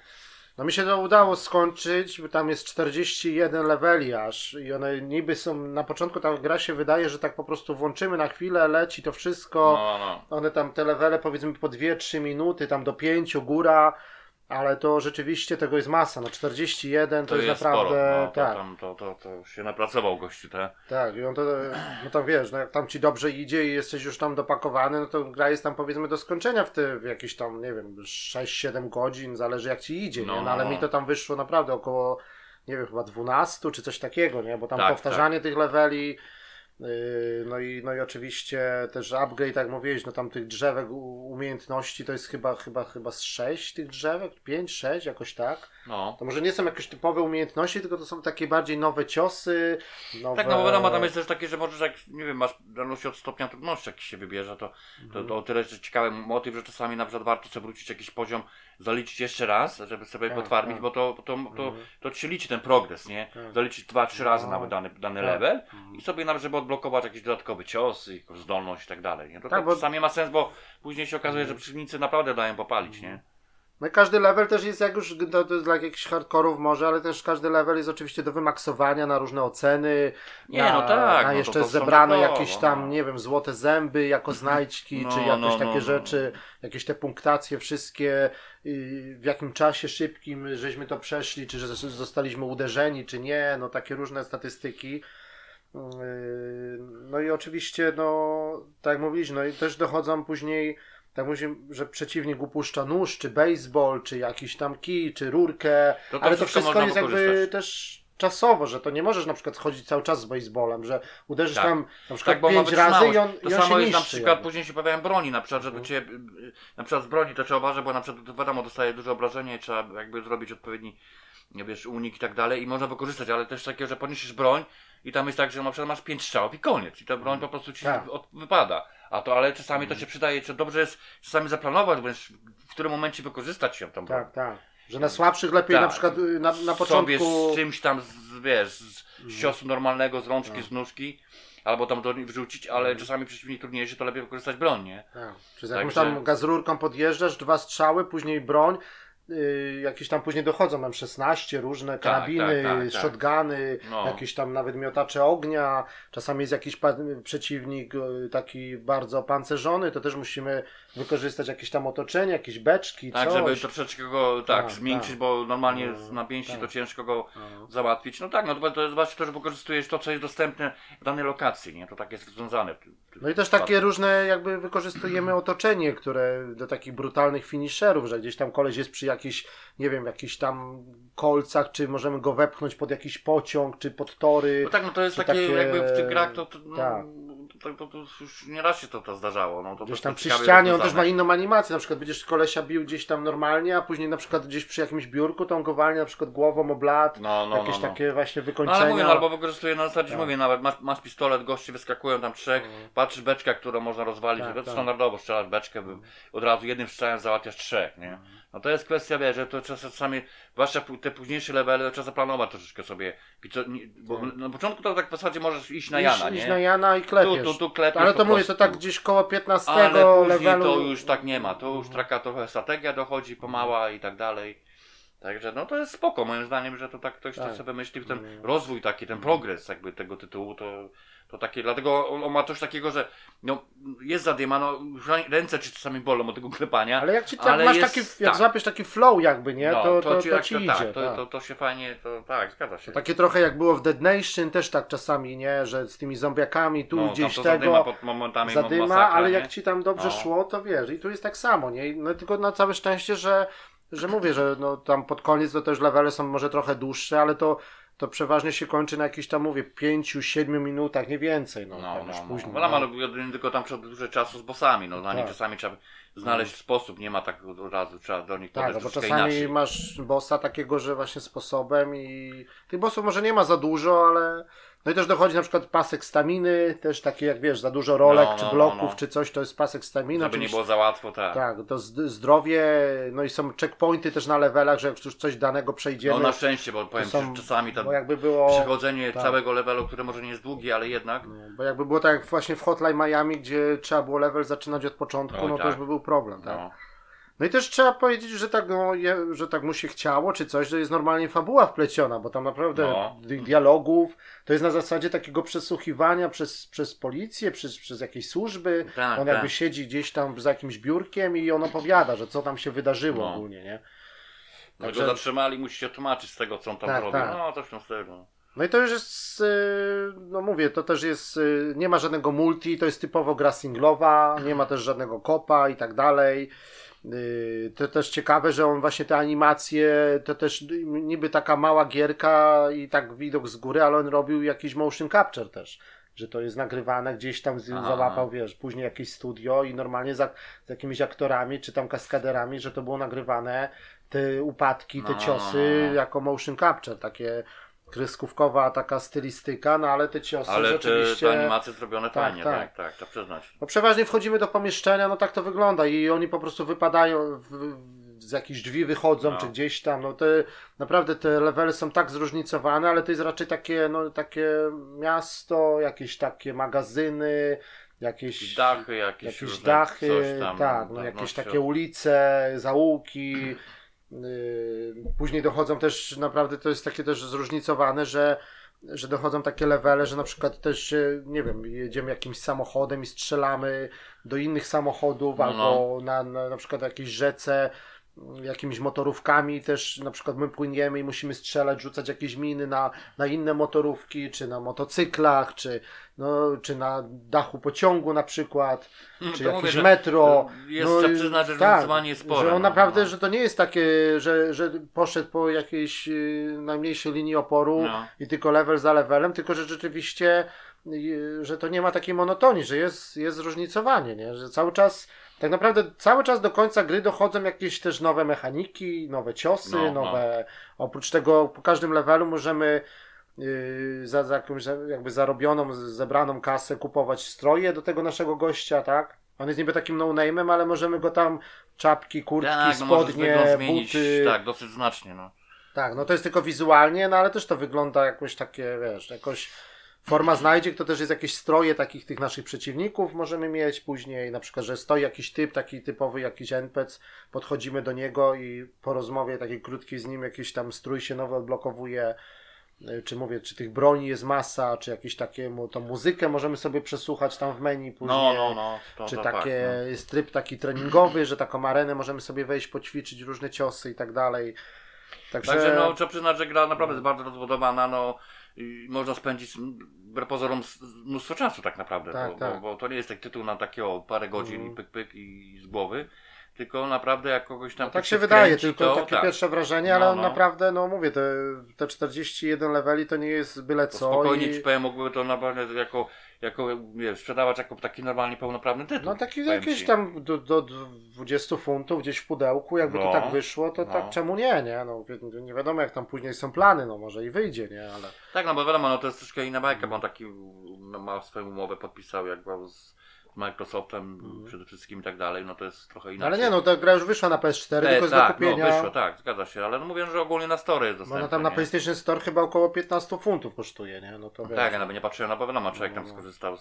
No mi się to udało skończyć, bo tam jest 41 leveli aż i one niby są, na początku ta gra się wydaje, że tak po prostu włączymy na chwilę, leci to wszystko, one tam te levele powiedzmy po 2-3 minuty, tam do 5 góra, ale to rzeczywiście tego jest masa, no 41 to jest naprawdę, sporo. To się napracował gościu, tak? Tak, i on to, no to wiesz, no jak tam ci dobrze idzie i jesteś już tam dopakowany, no to gra jest tam powiedzmy do skończenia w jakieś tam, nie wiem, 6-7 godzin, zależy jak ci idzie, nie? No ale mi to tam wyszło naprawdę około, nie wiem, chyba 12 czy coś takiego, nie? Bo tam powtarzanie tych leveli, no i oczywiście też upgrade, jak mówiłeś, no tam tych drzewek umiejętności to jest chyba z 6 tych drzewek, 5-6 jakoś tak. No. To może nie są jakieś typowe umiejętności, tylko to są takie bardziej nowe ciosy. Tak, no bo wiadomo, tam jest też takie, że możesz, jak nie wiem, masz w zależności od stopnia trudności, jak się wybierze, to o tyle że ciekawy motyw, że czasami na przykład warto sobie wrócić jakiś poziom, zaliczyć jeszcze raz, żeby sobie potwarmić, bo to ci się liczy ten progres, nie? Zaliczyć 2-3 razy nawet dany level i sobie nawet, żeby odblokować jakiś dodatkowy cios, zdolność i tak dalej. Nie? To tak, bo czasami ma sens, bo później się okazuje, że przeciwnicy naprawdę dają popalić, nie? No i każdy level też jest, jak już to jest dla jakichś hardkorów może, ale też każdy level jest oczywiście do wymaksowania na różne oceny. Na jeszcze zebrane jakieś tam, nie wiem, złote zęby jako znajdźki, czy jakieś takie rzeczy, jakieś te punktacje wszystkie, w jakim czasie szybkim żeśmy to przeszli, czy że zostaliśmy uderzeni, czy nie, no takie różne statystyki. No i oczywiście, no tak jak mówiliśmy, no i też dochodzą później, tak mówimy, że przeciwnik upuszcza nóż, czy baseball, czy jakiś tam kij, czy rurkę, ale to wszystko jest jakby też czasowo, że to nie możesz na przykład chodzić cały czas z baseballem, że uderzysz tam na przykład 5 razy i on to się samo jest niszczy, na przykład, później się pojawiają broni, na przykład, że do ciebie, na przykład z broni to trzeba uważać, bo na przykład wiadomo, dostaje duże obrażenie i trzeba jakby zrobić odpowiedni, nie wiesz, unik i tak dalej i można wykorzystać, ale też takiego, że podniesiesz broń i tam jest tak, że na przykład masz 5 strzałów i koniec i ta broń po prostu ci wypada. Ale czasami to się przydaje, czy dobrze jest czasami zaplanować, wręcz w którym momencie wykorzystać się tą broń. Tak. Że na słabszych lepiej na przykład na początku... Sobie z czymś tam, z ciosu normalnego, z rączki, z nóżki, albo tam do wrzucić, ale czasami przeciwnik trudniejszy, to lepiej wykorzystać broń, nie? Tak. Czy z jakąś tam gazrurką podjeżdżasz, 2 strzały, później broń, jakieś tam później dochodzą nam 16 różne karabiny, shotguny, jakieś tam nawet miotacze ognia, czasami jest jakiś przeciwnik taki bardzo opancerzony, to też musimy wykorzystać jakieś tam otoczenie, jakieś beczki, tak, coś. żeby troszeczkę go zmiękczyć, bo normalnie na pięści to ciężko go załatwić. No tak, no to jest właśnie to, że wykorzystujesz to, co jest dostępne w danej lokacji, nie? To tak jest związane. No i też takie różne jakby wykorzystujemy otoczenie, które do takich brutalnych finisherów, że gdzieś tam koleś jest przy jakichś, nie wiem, jakichś tam kolcach, czy możemy go wepchnąć pod jakiś pociąg, czy pod tory. No tak, no to jest takie jakby w tych grach to już nieraz się to zdarzało. No, to gdzieś tam przy ścianie on też ma inną animację, na przykład będziesz kolesia bił gdzieś tam normalnie, a później na przykład gdzieś przy jakimś biurku to on go walnie na przykład głową o blat, jakieś takie właśnie wykończenia. No ale mówię, albo wykorzystuje na zasadzie, mówię, nawet masz pistolet, goście wyskakują tam 3, patrzysz beczka, którą można rozwalić, standardowo strzelasz beczkę, od razu jednym strzałem załatwiasz 3, nie? No to jest kwestia, wiesz, że to czasami, zwłaszcza te późniejsze levely, trzeba zaplanować troszeczkę sobie, bo na początku to tak w zasadzie możesz iść na Jana, nie? Iść na Jana i klepiesz. Tu klepiesz ale to mówię, to tak gdzieś koło 15 ale levelu. To już tak nie ma, to już taka trochę strategia dochodzi pomała i tak dalej. Także no to jest spoko, moim zdaniem, że to tak ktoś to sobie myśli, ten rozwój taki, ten progres jakby tego tytułu, to takie, dlatego on ma coś takiego, że no jest zadyma, no ręce ci czasami bolą od tego klepania. Ale jak ci masz taki, jak złapiesz taki flow jakby, nie, to ci idzie. To się fajnie, zgadza się. To takie trochę jak było w Dead Nation też tak czasami, nie, że z tymi zombiakami tu gdzieś tego zadyma, ale jak ci tam dobrze szło, to wiesz, i tu jest tak samo, nie, no tylko na całe szczęście, że mówię, że no tam pod koniec to też levele są może trochę dłuższe, ale to przeważnie się kończy na jakichś tam, mówię, 5-7 minutach, nie więcej. Później. Ale tylko tam trzeba dużo czasu z bossami, na nich czasami trzeba znaleźć sposób, nie ma tak od razu, trzeba do nich podejść bo czasami inaczej. Masz bossa takiego, że właśnie sposobem i tych bossów może nie ma za dużo, ale no i też dochodzi na przykład pasek staminy, też takie jak wiesz, za dużo rolek, czy bloków, czy coś, to jest pasek staminy. Żeby nie było za łatwo, tak. Tak, to zdrowie, no i są checkpointy też na levelach, że jak już coś danego przejdziemy. No na szczęście, bo powiem że czasami to przechodzenie całego levelu, które może nie jest długie, ale jednak. No, bo jakby było tak jak właśnie w Hotline Miami, gdzie trzeba było level zaczynać od początku, to już by był problem, tak? No i też trzeba powiedzieć, że tak, że tak mu się chciało, czy coś, że jest normalnie fabuła wpleciona, bo tam naprawdę tych dialogów, to jest na zasadzie takiego przesłuchiwania przez policję, przez jakieś służby. On jakby siedzi gdzieś tam za jakimś biurkiem i on opowiada, że co tam się wydarzyło ogólnie, nie? Także go zatrzymali, musi się tłumaczyć z tego, co on tam zrobił. Tak. No, coś tam z tego. No i to już jest, no mówię, to też jest, nie ma żadnego multi, to jest typowo gra singlowa, nie ma też żadnego kopa i tak dalej. To też ciekawe, że on właśnie te animacje, to też niby taka mała gierka i tak widok z góry, ale on robił jakiś motion capture też, że to jest nagrywane gdzieś tam, załapał, wiesz, później jakieś studio i normalnie z jakimiś aktorami czy tam kaskaderami, że to było nagrywane, te upadki, te ciosy jako motion capture, takie kreskówkowa taka stylistyka, no ale te ciosy rzeczywiście... Ale te animacje zrobione fajnie, tak, to przyznać. No przeważnie wchodzimy do pomieszczenia, no tak to wygląda i oni po prostu wypadają, z jakichś drzwi wychodzą, czy gdzieś tam, no naprawdę te levely są tak zróżnicowane, ale to jest raczej takie, no takie miasto, jakieś takie magazyny, jakieś dachy, coś tam, tak, no jakieś takie ulice, zaułki. Później dochodzą też, naprawdę to jest takie też zróżnicowane, że dochodzą takie levele, że na przykład też, nie wiem, jedziemy jakimś samochodem i strzelamy do innych samochodów, albo na przykład jakiejś rzece, jakimiś motorówkami też, na przykład my płyniemy i musimy strzelać, rzucać jakieś miny na inne motorówki, czy na motocyklach, czy na dachu pociągu na przykład, czy jakieś metro. Trzeba przyznać, że zróżnicowanie jest spore. Że on naprawdę, że to nie jest takie, że poszedł po jakiejś najmniejszej linii oporu i tylko level za levelem, tylko że rzeczywiście, że to nie ma takiej monotonii, że jest zróżnicowanie, nie? Że tak naprawdę cały czas do końca gry dochodzą jakieś też nowe mechaniki, nowe ciosy, oprócz tego po każdym levelu możemy za jakąś jakby zarobioną, zebraną kasę kupować stroje do tego naszego gościa, tak? On jest niby takim no-name'em, ale możemy go tam czapki, kurtki, spodnie, buty. Tak, dosyć znacznie, no. Tak, no to jest tylko wizualnie, no ale też to wygląda jakoś takie, wiesz, jakoś forma znajdzie, to też jest jakieś stroje takich tych naszych przeciwników możemy mieć później, na przykład, że stoi jakiś typ, taki typowy jakiś NPC, podchodzimy do niego i po rozmowie takiej krótkiej z nim jakiś tam strój się nowy odblokowuje, czy tych broni jest masa, czy jakieś takie, tą muzykę możemy sobie przesłuchać tam w menu później, czy jest tryb taki treningowy, że taką arenę możemy sobie wejść, poćwiczyć różne ciosy i tak dalej. Także trzeba przyznać, że gra naprawdę jest bardzo rozbudowana, i można spędzić wbrew pozorom mnóstwo czasu tak naprawdę, bo to nie jest taki tytuł na takie parę godzin i pyk i z głowy, tylko naprawdę jak kogoś tam tak się wydaje, tylko takie pierwsze wrażenie, ale naprawdę, mówię, te 41 leveli to nie jest byle co. Spokojnie ci powiem, mógłby to naprawdę sprzedawać jako taki normalnie pełnoprawny tytuł. No taki jakieś tam do 20 funtów gdzieś w pudełku, jakby to tak wyszło, to tak czemu nie? No, nie wiadomo jak tam później są plany, może i wyjdzie, nie? Ale... Tak, bo wiadomo, to jest troszkę inna bajka, bo on taki ma swoją umowę podpisał jakby z Microsoftem przede wszystkim i tak dalej, to jest trochę inaczej. Ale ta gra już wyszła na PS4, tylko jest do kupienia. Wyszła, tak, zgadza się, ale mówię, że ogólnie na Store jest dostępna. Ona tam na PlayStation Store chyba około 15 funtów kosztuje, nie? No to tak, ja nawet nie patrzyłem, na pewno człowiek tam skorzystał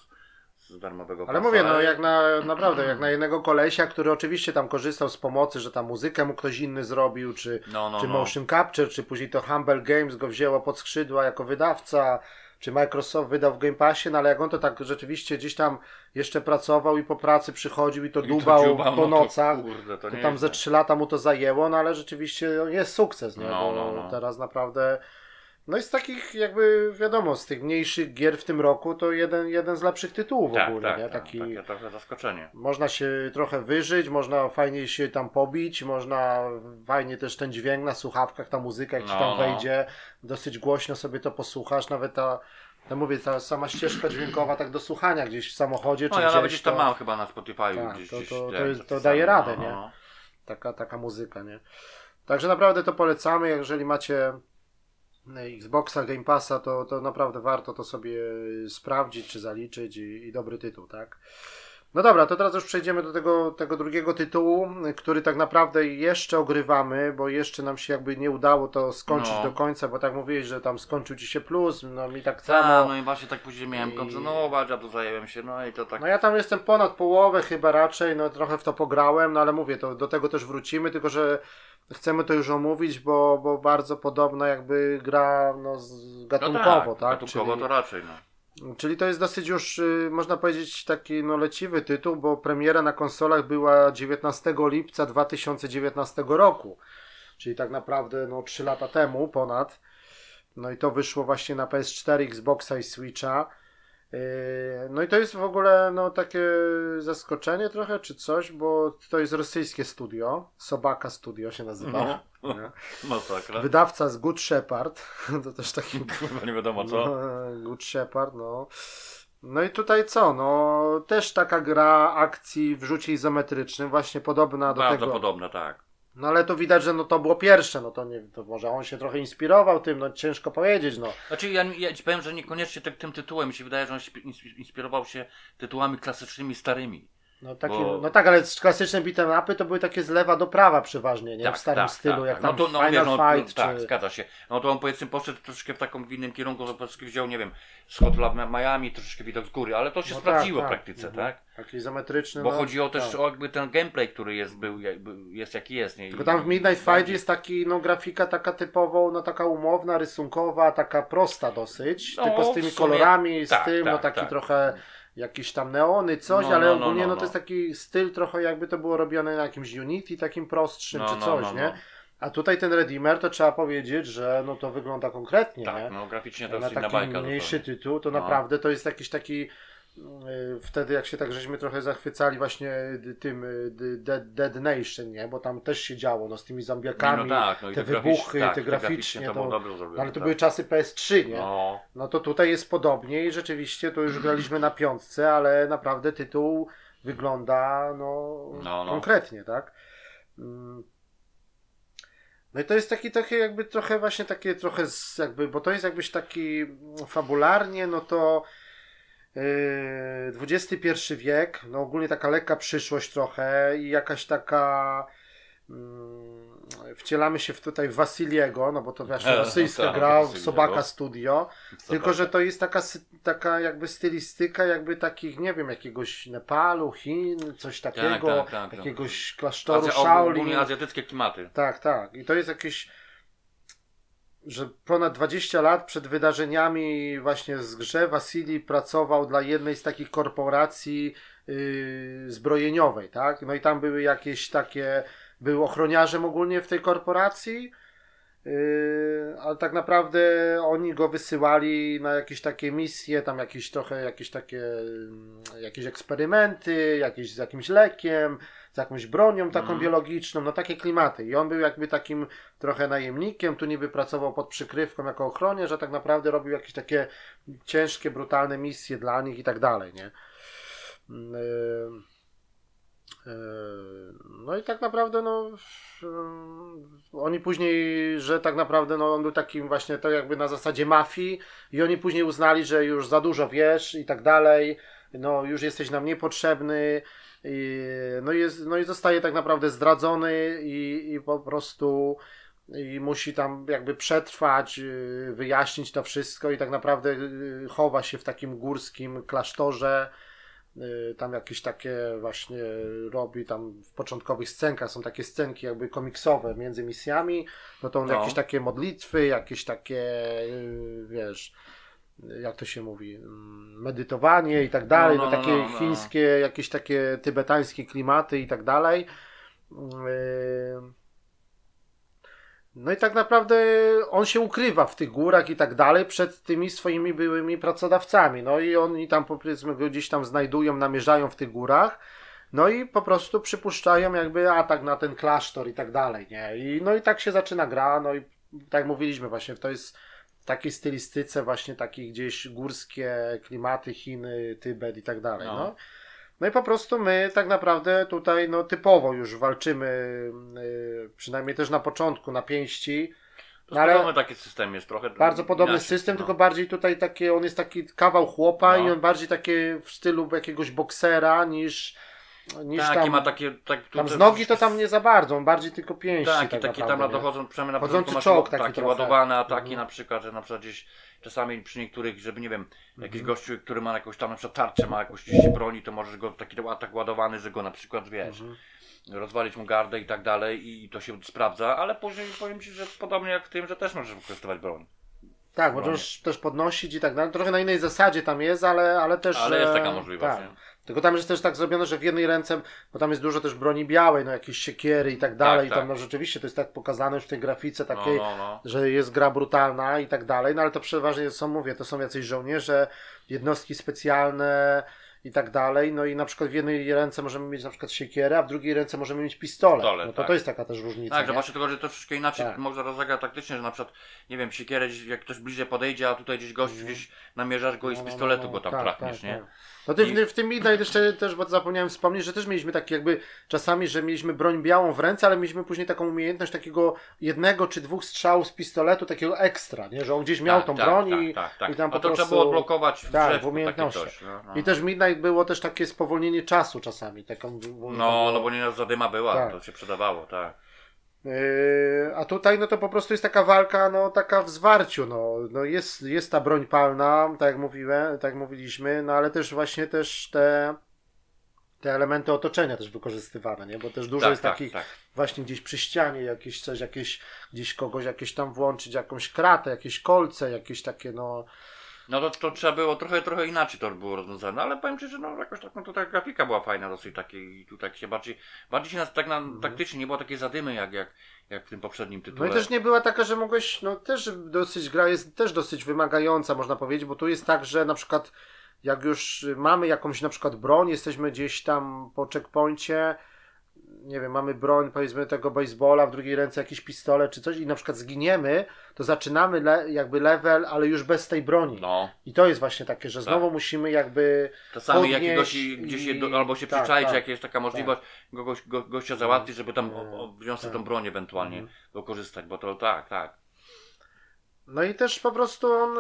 z darmowego ale mówię, naprawdę, jak na jednego kolesia, który oczywiście tam korzystał z pomocy, że tam muzykę mu ktoś inny zrobił, czy motion capture, czy później to Humble Games go wzięło pod skrzydła jako wydawca, czy Microsoft wydał w Game Passie, ale jak on to tak rzeczywiście gdzieś tam jeszcze pracował i po pracy przychodził i to dłubał po nocach, to tam ze 3 lata mu to zajęło, ale rzeczywiście jest sukces, nie? Bo teraz naprawdę z takich jakby wiadomo, z tych mniejszych gier w tym roku to jeden z lepszych tytułów w ogóle, nie? Takie trochę zaskoczenie. Można się trochę wyżyć, można fajnie się tam pobić, można fajnie też ten dźwięk na słuchawkach, ta muzyka jak ci tam wejdzie, dosyć głośno sobie to posłuchasz, nawet ta sama ścieżka dźwiękowa tak do słuchania gdzieś w samochodzie, czy ja nawet gdzieś tam mam chyba na Spotify. To daje radę, nie? Taka muzyka, nie? Także naprawdę to polecamy, jeżeli macie Xboxa, Game Passa, to naprawdę warto to sobie sprawdzić, czy zaliczyć i dobry tytuł, tak? No dobra, to teraz już przejdziemy do tego drugiego tytułu, który tak naprawdę jeszcze ogrywamy, bo jeszcze nam się jakby nie udało to skończyć do końca, bo tak mówiłeś, że tam skończył ci się plus, no mi tak samo. No i właśnie tak później miałem kontynuować, a tu zajęłem się, no i to tak. No ja tam jestem ponad połowę chyba raczej, no trochę w to pograłem, no ale mówię, to do tego też wrócimy, tylko że chcemy to już omówić, bo bardzo podobna jakby gra no, gatunkowo, tak? Gatunkowo to raczej, no. Czyli to jest dosyć już, można powiedzieć, taki no, leciwy tytuł, bo premiera na konsolach była 19 lipca 2019 roku. Czyli tak naprawdę no, 3 lata temu ponad. No i to wyszło właśnie na PS4, Xboxa i Switcha. No i to jest w ogóle no, takie zaskoczenie trochę, czy coś, bo to jest rosyjskie studio. Sobaka Studio się nazywa. Masakra. Wydawca z Good Shepherd. To też taki... Chyba nie wiadomo co. Good Shepherd, no. No i tutaj co? No też taka gra akcji w rzucie izometrycznym, właśnie podobna do Bardzo tego. podobna, tak. No ale to widać, że no to było pierwsze, no to nie, to może on się trochę inspirował tym, no ciężko powiedzieć, no. Znaczy ja ci powiem, że niekoniecznie tym tytułem, mi się wydaje, że on inspirował się tytułami klasycznymi, starymi. No, no tak, ale klasyczne beat'em upy to były takie z lewa do prawa przeważnie, nie? Tak, w starym stylu, jak tam Final Fight. Czy... Tak, zgadza się. No to on powiedzmy poszedł troszeczkę w innym kierunku, że po prostu wziął, nie wiem, z Hotla Miami, troszeczkę widok z góry, ale to się sprawdziło w praktyce, tak? Taki izometryczny. Bo chodzi o też o jakby ten gameplay, który jest jaki jest. Nie? Tylko tam w Midnight Fight jest taki, no grafika taka typowo, no taka umowna, rysunkowa, taka prosta dosyć, tylko z tymi kolorami, z tym, no taki trochę... Jakieś tam neony, coś, ale ogólnie no to jest taki styl trochę jakby to było robione na jakimś Unity takim prostszym czy coś, nie? A tutaj ten Redeemer to trzeba powiedzieć, że no to wygląda konkretnie, tak, nie? no graficznie to na jest inna taki bajka. mniejszy tytuł, to naprawdę to jest jakiś taki wtedy jak się tak żeśmy trochę zachwycali właśnie tym Dead Nation, nie? Bo tam też się działo, no z tymi zombiakami, te wybuchy, te graficznie to było dobrze zrobione, ale to były czasy PS3, nie? No to tutaj jest podobnie i rzeczywiście to już graliśmy na 5, ale naprawdę tytuł wygląda konkretnie, tak? No i to jest taki jakby trochę właśnie takie trochę jakby, bo to jest jakbyś taki fabularnie, no to XXI wiek, no ogólnie taka lekka przyszłość trochę i jakaś taka wcielamy się tutaj w Wasiliego, no bo to właśnie rosyjska gra w Sobaka Studio, tylko że to jest taka jakby stylistyka jakby takich, nie wiem, jakiegoś Nepalu, Chin, coś takiego, jakiegoś klasztoru Shaolin. Ogólnie azjatyckie klimaty. Tak. I to jest jakieś, że ponad 20 lat przed wydarzeniami właśnie z grze Wasili pracował dla jednej z takich korporacji zbrojeniowej, tak? No i tam były jakieś takie, był ochroniarzem ogólnie w tej korporacji, ale tak naprawdę oni go wysyłali na jakieś takie misje, tam jakieś eksperymenty, z jakimś lekiem, z jakąś bronią taką biologiczną, no takie klimaty. I on był jakby takim trochę najemnikiem, tu niby pracował pod przykrywką jako ochroniarz, a tak naprawdę robił jakieś takie ciężkie, brutalne misje dla nich i tak dalej, nie? No i tak naprawdę oni później, że tak naprawdę on był takim właśnie to jakby na zasadzie mafii i oni później uznali, że już za dużo wiesz i tak dalej, no już jesteś nam niepotrzebny i zostaje tak naprawdę zdradzony i po prostu i musi tam jakby przetrwać, wyjaśnić to wszystko i tak naprawdę chowa się w takim górskim klasztorze. Tam jakieś takie właśnie robi tam w początkowych scenkach, są takie scenki jakby komiksowe między misjami, no to on jakieś takie modlitwy, jakieś takie wiesz, jak to się mówi, medytowanie i tak dalej, takie chińskie, jakieś takie tybetańskie klimaty i tak dalej. No i tak naprawdę on się ukrywa w tych górach i tak dalej przed tymi swoimi byłymi pracodawcami. No i oni tam powiedzmy go gdzieś tam znajdują, namierzają w tych górach. No i po prostu przypuszczają jakby atak na ten klasztor i tak dalej, nie? No i tak się zaczyna gra, no i tak jak mówiliśmy właśnie, to jest w takiej stylistyce właśnie takich gdzieś górskie klimaty, Chiny, Tybet i tak dalej, no. No i po prostu my tak naprawdę tutaj typowo już walczymy, przynajmniej też na początku, na pięści. To jest podobny taki system jest trochę. Bardzo podobny inaczej, system, no. tylko bardziej tutaj takie, on jest taki kawał chłopa No. i on bardziej takie w stylu jakiegoś boksera niż Tak, tam. i ma takie... Tam z nogi to tam nie za bardzo, on bardziej tylko pięści. Tak, i tak takie naprawdę, tam nie? dochodzą, przynajmniej na Chodzący początku masz czołg taki takie trochę. ładowane ataki na przykład, że na przykład gdzieś czasami przy niektórych, żeby nie wiem, jakiś gościu, który ma jakąś tam na przykład tarczę, ma jakąś gdzieś broni, to możesz go taki atak ładowany, że go na przykład wiesz, rozwalić mu gardę i tak dalej i to się sprawdza, ale później powiem Ci, że podobnie jak w tym, że też możesz wykorzystywać broń. Tak, możesz też podnosić i tak dalej. Trochę na innej zasadzie tam jest, ale też... Ale jest taka możliwość, tak. nie? Tylko tam jest też tak zrobione, że w jednej ręce, bo tam jest dużo też broni białej, no jakieś siekiery i tak dalej. Tak, I tam tak. no rzeczywiście to jest tak pokazane już w tej grafice takiej, No. że jest gra brutalna i tak dalej. No ale to przeważnie są, mówię, to są jacyś żołnierze, jednostki specjalne i tak dalej. No i na przykład w jednej ręce możemy mieć na przykład siekierę, a w drugiej ręce możemy mieć pistolet. No to tak. to jest taka też różnica. Tak, że nie? właśnie tylko, że to troszeczkę inaczej Tak. można rozegrać taktycznie, że na przykład, nie wiem, siekierę, jak ktoś bliżej podejdzie, a tutaj gdzieś gościu gdzieś namierzasz go i z pistoletu go tam trafniesz, nie? Tak. No ty w tym Midnight jeszcze też, bo zapomniałem wspomnieć, że też mieliśmy takie jakby czasami, że mieliśmy broń białą w ręce, ale mieliśmy później taką umiejętność takiego 1 czy 2 strzałów z pistoletu, takiego ekstra, nie? Że on gdzieś miał tą broń i tam no po to trzeba prostu... było odblokować w Tak, w drzewku takie umiejętnościach. coś. No. I też w Midnight było też takie spowolnienie czasu czasami. No bo nie zadyma była, Tak. to się przydawało, tak. A tutaj no to po prostu jest taka walka, no taka w zwarciu, no jest ta broń palna, tak jak mówiłem, tak jak mówiliśmy, no ale też właśnie też te elementy otoczenia też wykorzystywane, nie? Bo też dużo jest takich właśnie gdzieś przy ścianie jakieś coś, gdzieś kogoś jakieś tam włączyć, jakąś kratę, jakieś kolce, jakieś takie No to trzeba było trochę inaczej to było rozwiązane, ale powiem Ci, że no jakoś tak, no to ta grafika była fajna dosyć takiej i tu tak się bardziej się taktycznie nie było takiej zadymy jak w tym poprzednim tytule. No i też nie była taka, że mogłeś, no też gra jest też dosyć wymagająca, można powiedzieć, bo tu jest tak, że na przykład jak już mamy jakąś na przykład broń, jesteśmy gdzieś tam po checkpoincie, nie wiem, mamy broń powiedzmy tego baseballa, w drugiej ręce jakiś pistolet czy coś i na przykład zginiemy, to zaczynamy jakby level, ale już bez tej broni. No. I to jest właśnie takie, że znowu musimy jakby czasami jakiegoś albo się przyczaić, jak jest taka możliwość gościa załatwić, żeby tam wziąć sobie tą broń ewentualnie wykorzystać, bo to tak. No i też po prostu on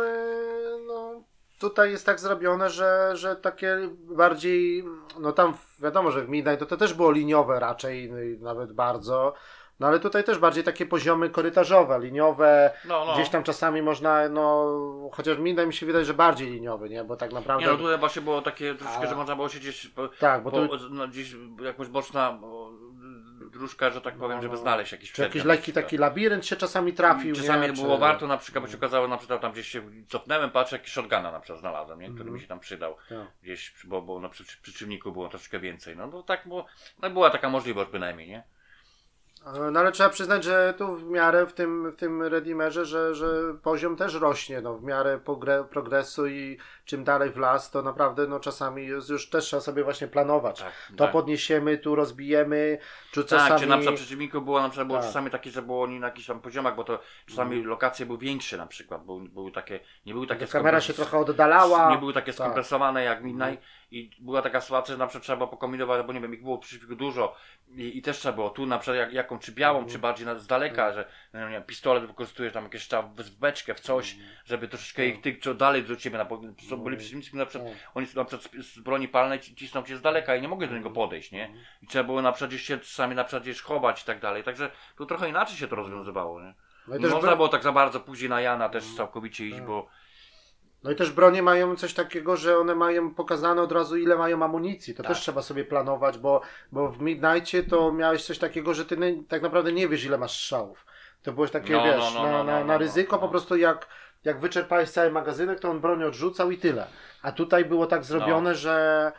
tutaj jest tak zrobione, że takie bardziej, no tam wiadomo, że w Midnight to też było liniowe raczej, nawet bardzo, no ale tutaj też bardziej takie poziomy korytarzowe, liniowe, gdzieś tam czasami można, chociaż w Midnight mi się wydaje, że bardziej liniowy, nie, bo tak naprawdę... Nie, no tutaj właśnie było takie troszkę, że można było się gdzieś, gdzieś jakąś boczna dróżka, że tak powiem, żeby znaleźć jakiś przedmiot. Jakiś lekki taki labirynt się czasami trafił, czasami było warto na przykład, bo się okazało, na przykład tam gdzieś się cofnąłem, patrzę, jakiś shotguna na przykład znalazłem, nie? Który mi się tam przydał. Gdzieś, bo na przeciwniku było troszkę więcej. No tak było, była taka możliwość bynajmniej, nie? No ale trzeba przyznać, że tu w miarę w tym Redeemerze, że poziom też rośnie, w miarę progresu i czym dalej w las, to naprawdę czasami już też trzeba sobie właśnie planować. Podniesiemy, tu rozbijemy, czy czasami... Tak, czy na przykład przeciwniku było czasami takie, że było oni na jakichś tam poziomach, bo to czasami lokacje były większe na przykład, były takie, nie były takie... Kamera się trochę oddalała. Nie były takie skompresowane jak Midnight i była taka sytuacja, że na przykład trzeba było pokombinować, bo nie wiem, ich było przeciwniku dużo i też trzeba było tu na przykład jaką, czy białą, czy bardziej z daleka, że pistolet wykorzystujesz tam jakieś w beczkę, w coś, żeby troszeczkę ich co dalej do ciebie, byli przeciwnicy, na przykład oni na przykład z broni palnej cisną cię z daleka i nie mogli do niego podejść, nie? I trzeba było na przykład gdzieś się sami na przykład gdzieś chować i tak dalej, także tu trochę inaczej się to rozwiązywało, nie? Nie można było tak za bardzo później na Jana też całkowicie iść, bo... No i też bronie mają coś takiego, że one mają pokazane od razu ile mają amunicji. To też trzeba sobie planować, bo w Midnightie to miałeś coś takiego, że ty tak naprawdę nie wiesz ile masz strzałów. To było takie, na ryzyko po prostu jak wyczerpałeś cały magazynek, to on broń odrzucał i tyle. A tutaj było tak zrobione, że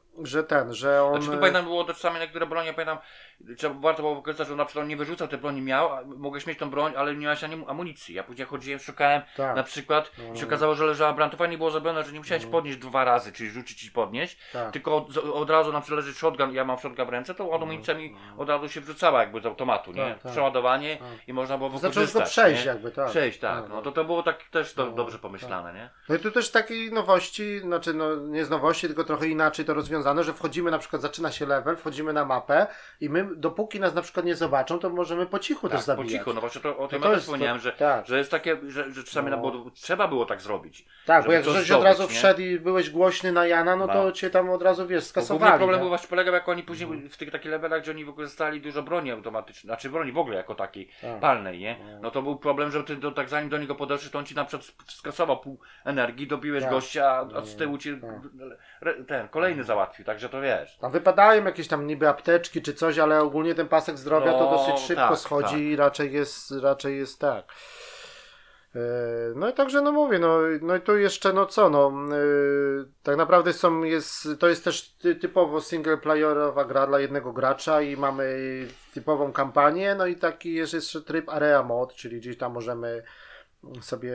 on... Znaczy tu pamiętam było to czasami niektóre bronie, pamiętam, warto było wykorzystać, że na przykład on nie wyrzucał tej broni, mogłeś mieć tą broń, ale nie miałeś ani amunicji. Ja później chodziłem, szukałem na przykład i się okazało, że leżała broń. To fajnie było zrobione, że nie musiałeś podnieść 2 razy, czyli rzucić i podnieść, tylko od razu na przykład leży shotgun, ja mam shotgun w ręce, to amunicja mi od razu się wrzucała jakby z automatu, nie? Przeładowanie i można było wykorzystać. Zaczął to przejść jakby, tak. Przejść, tak. No to było tak też dobrze pomyślane, nie? No i tu też takiej nowości, znaczy nie z nowości, tylko trochę inaczej to rozwiązane, że wchodzimy na przykład, zaczyna się level, wchodzimy na mapę i my dopóki nas na przykład nie zobaczą, to możemy po cichu też zabijać. Po cichu, no właśnie o tym to ja jest, też wspomniałem, że jest takie, że czasami trzeba było tak zrobić. Tak, bo jak żeś od razu wszedł i byłeś głośny na Jana, no to cię tam od razu, skasowali. Główny problem był właśnie polegał, jak oni później w tych takich levelach, gdzie oni wykorzystali dużo broni automatycznej, znaczy broni w ogóle jako takiej palnej, nie? No to był problem, że ty tak zanim do niego podeszłeś, to on ci na przykład skasował pół energii, dobiłeś gościa, a z tyłu ci kolejny załatwił, także to wiesz. Tam wypadają jakieś tam niby apteczki czy coś, ale ogólnie ten pasek zdrowia to dosyć szybko schodzi i raczej jest tak. No i także mówię, no i tu jeszcze tak naprawdę to jest też typowo singleplayerowa gra dla jednego gracza i mamy typową kampanię, no i taki jest jeszcze tryb Area Mode, czyli gdzieś tam możemy sobie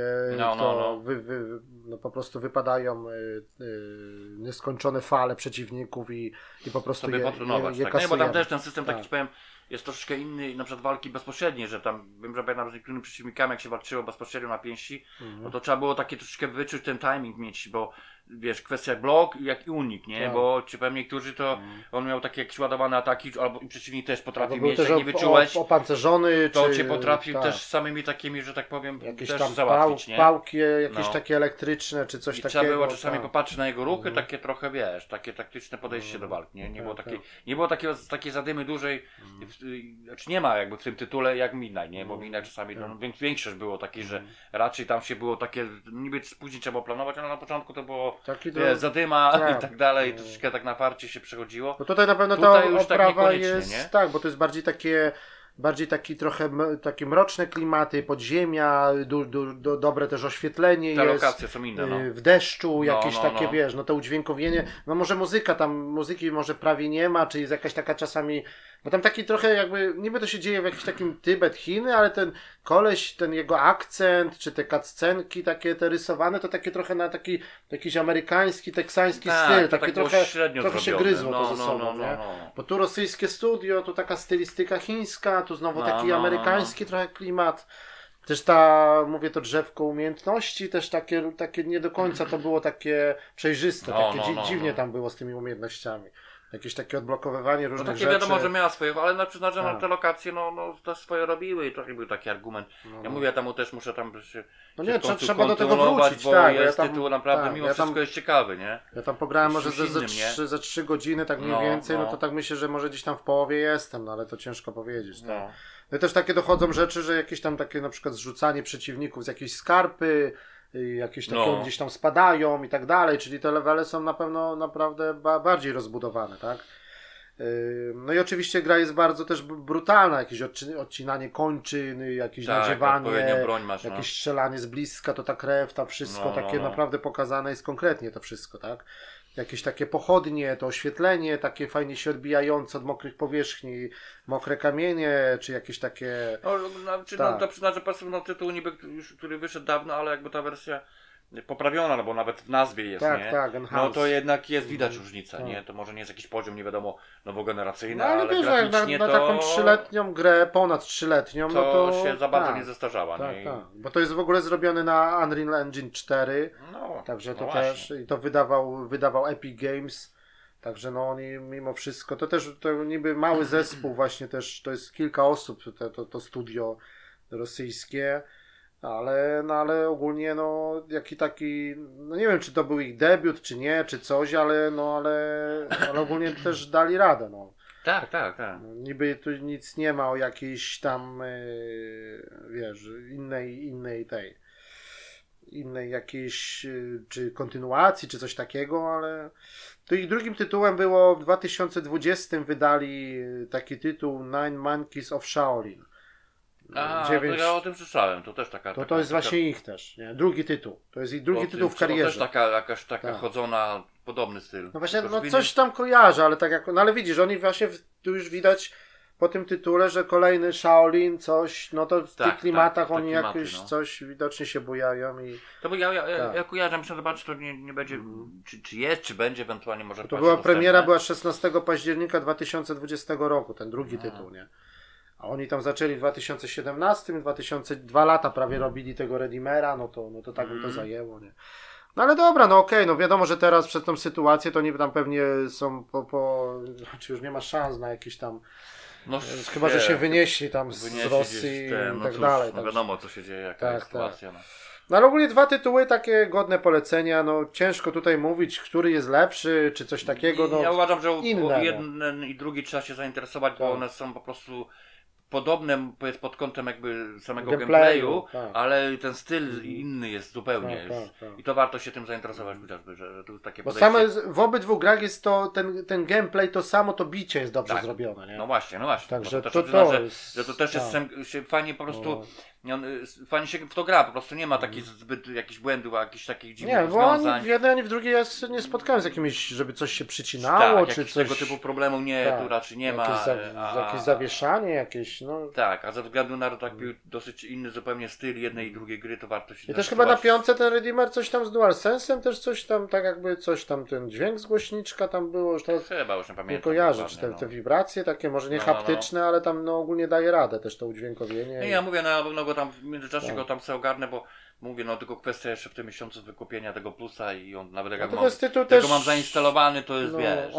po prostu wypadają nieskończone fale przeciwników i po prostu sobie potrenować, je tak? Nie, bo tam też ten system, tak ci powiem, jest troszeczkę inny, na przykład walki bezpośrednie, że tam, wiem, że pamiętam z niektórymi przeciwnikami, jak się walczyło bezpośrednio na pięści, no to trzeba było takie troszeczkę wyczuć ten timing mieć, bo wiesz, kwestia blok jak i unik, nie? Bo ci powiem, niektórzy to on miał takie jakieś ładowane ataki, albo i przeciwnik też potrafił mieć, jak nie wyczułeś, opancerzony, to cię potrafił też samymi takimi, że tak powiem, jakieś też tam załatwić, nie? pałki, jakieś takie elektryczne, czy coś takiego. Trzeba było czasami popatrzeć na jego ruchy, takie trochę, wiesz, takie taktyczne podejście do walki, nie? Nie było takiej zadymy dużej, znaczy nie ma jakby w tym tytule jak Midnight, nie? Bo Midnight czasami, większość było takie, że raczej tam się było takie, niby później trzeba było planować, ale na początku to było zadyma i tak dalej, troszeczkę tak na farcie się przechodziło. No tutaj na pewno ta oprawa jest, nie? Tak, bo to jest bardziej taki trochę takie mroczne klimaty, podziemia, dobre też oświetlenie te jest. lokacje są inne, w deszczu jakieś takie, wiesz, to udźwiękowienie, no może muzyki może prawie nie ma, czy jest jakaś taka czasami, bo tam taki trochę jakby, niby to się dzieje w jakimś takim Tybet, Chiny, ale ten koleś, ten jego akcent, czy te cutscenki takie te rysowane, to takie trochę na taki jakiś amerykański, teksański styl, takie trochę się gryzło to ze sobą, nie? Bo tu rosyjskie studio, tu taka stylistyka chińska, tu znowu taki amerykański trochę klimat. Też mówię to drzewko umiejętności, też takie nie do końca to było takie przejrzyste, dziwnie tam było z tymi umiejętnościami. Jakieś takie odblokowywanie różnych rzeczy. No takie wiadomo, że miała swoje, ale przyznać, że te lokacje też swoje robiły i trochę był taki argument. Ja mówię, ja tam też muszę tam się trzeba do tego wrócić, bo tak. Jest tytuł naprawdę mimo wszystko jest ciekawy, nie? Ja tam pograłem może ze 3 godziny, tak mniej więcej, no to tak myślę, że może gdzieś tam w połowie jestem, ale to ciężko powiedzieć. Tak. No i też takie dochodzą rzeczy, że jakieś tam takie na przykład zrzucanie przeciwników z jakiejś skarpy, jakieś takie gdzieś tam spadają i tak dalej, czyli te levele są na pewno naprawdę bardziej rozbudowane, tak? No i oczywiście gra jest bardzo też brutalna, jakieś odcinanie kończyn, jakieś nadziewanie, broń masz, jakieś strzelanie z bliska, to ta krew, to wszystko takie naprawdę pokazane jest konkretnie to wszystko, tak? Jakieś takie pochodnie, to oświetlenie takie fajnie się odbijające od mokrych powierzchni, mokre kamienie, czy jakieś takie... to przyznam, że tytuł niby, który wyszedł dawno, ale jakby ta wersja poprawiona, no bo nawet w nazwie jest, nie? No to jednak jest widać różnica, nie? To może nie jest jakiś poziom, nie wiadomo, nowogeneracyjny, ale wiesz, graficznie na taką 3-letnią grę, ponad 3-letnią, no to się za bardzo nie zestarzała, nie? Tak. Bo to jest w ogóle zrobione na Unreal Engine 4, także to też, i to wydawał Epic Games, także oni mimo wszystko, to też to niby mały zespół właśnie też, to jest kilka osób, to studio rosyjskie, ale ogólnie jaki taki, nie wiem czy to był ich debiut, czy nie, czy coś, ale ogólnie też dali radę, Tak. Niby tu nic nie ma o jakiejś tam, wiesz, innej jakiejś, czy kontynuacji, czy coś takiego, ale to ich drugim tytułem było w 2020 wydali taki tytuł Nine Monkeys of Shaolin. To ja o tym słyszałem, to też taka... To jest właśnie ich też, nie? Drugi tytuł. To jest ich drugi tytuł w karierze. To też jakaś taka chodzona, podobny styl. No właśnie, coś tam kojarzę, ale tak jak... No ale widzisz, oni właśnie tu już widać po tym tytule, że kolejny Shaolin, coś, no to w tych klimatach oni jakoś coś widocznie się bujają i... To bo ja kojarzę, muszę zobaczyć, to nie będzie, czy jest, czy będzie ewentualnie może... To była premiera, była 16 października 2020 roku, ten drugi tytuł, nie? A oni tam zaczęli w 2017, 2 lata prawie robili tego Redeemera, no to tak by to zajęło, nie? No ale dobra, okej, wiadomo, że teraz przez tą sytuację to oni tam pewnie są czy już nie ma szans na jakieś tam No, Chyba, że się wynieśli tam z Rosji ten, i no tak cóż, dalej. No wiadomo co się dzieje, jaka jest sytuacja. No. No ale ogólnie 2 tytuły takie godne polecenia, no ciężko tutaj mówić, który jest lepszy, czy coś takiego, no Ja uważam, że inne, jeden i drugi trzeba się zainteresować, bo one są po prostu podobne pod kątem jakby samego gameplayu, ale ten styl inny jest zupełnie. I to warto się tym zainteresować chociażby, że to jest takie podejście. Bo same w obydwu grach jest to, ten gameplay, to samo to bicie jest dobrze zrobione, nie? No właśnie. Także że to też jest fajnie po prostu, fajnie się w to gra, po prostu nie ma takich zbyt jakichś błędów, jakichś takich dziwnych rozwiązań. Nie, bo ani w jednej, ani w drugiej ja nie spotkałem z jakimiś, żeby coś się przycinało, czy coś... tego typu problemu tu raczej nie ma. Jakieś zawieszanie, jakieś, no... Tak, a ze względu na taki dosyć inny zupełnie styl jednej i drugiej gry, to warto się... I też chyba na 5 ten Redeemer coś tam z DualSense'em, też coś tam, tak jakby coś tam, ten dźwięk z głośniczka tam było, już teraz chyba już nie pamiętam. Nie kojarzę, czy te wibracje takie, może nie haptyczne, ale tam ogólnie daje radę też to udźwiękowienie. Nie, ja mówię, na pewno go tam w międzyczasie go tam sobie ogarnę, bo mówię, tylko kwestia jeszcze w tym miesiącu wykupienia tego plusa i on nawet jak go mam zainstalowany, to jest, wiesz...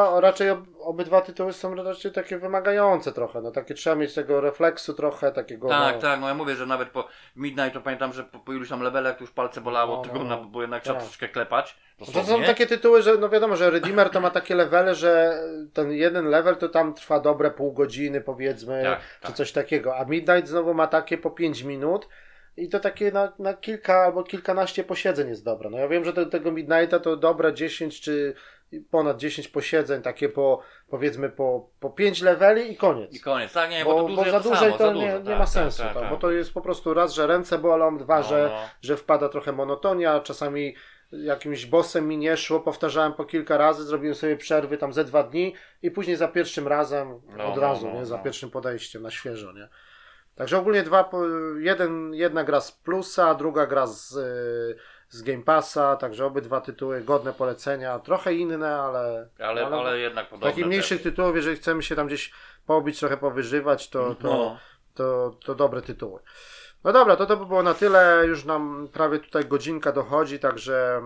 Obydwa tytuły są raczej takie wymagające trochę, takie trzeba mieć tego refleksu trochę, takiego... Tak, ja mówię, że nawet po Midnight to pamiętam, że po iluś tam levelach już palce bolało od tego, bo jednak trzeba troszeczkę klepać. To są takie tytuły, że wiadomo, że Redeemer to ma takie levele, że ten jeden level to tam trwa dobre pół godziny powiedzmy, czy coś takiego, a Midnight znowu ma takie po 5 minut i to takie na kilka albo kilkanaście posiedzeń jest dobre. No ja wiem, że tego Midnighta to dobre 10 czy ponad 10 posiedzeń, takie powiedzmy po 5 leveli i koniec. Tak, nie, bo za dłużej to nie ma sensu, bo to jest po prostu raz, że ręce bolą, dwa, że wpada trochę monotonia, czasami jakimś bossem mi nie szło, powtarzałem po kilka razy, zrobiłem sobie przerwy tam ze 2 dni i później za pierwszym razem od razu, za pierwszym podejściem na świeżo, nie? Także ogólnie jedna gra z plusa, druga gra z Game Passa, także obydwa tytuły godne polecenia, trochę inne, ale jednak podobne. Takich mniejszych tytułów, jeżeli chcemy się tam gdzieś pobić, trochę powyżywać, to dobre tytuły. No dobra, to by było na tyle, już nam prawie tutaj godzinka dochodzi, także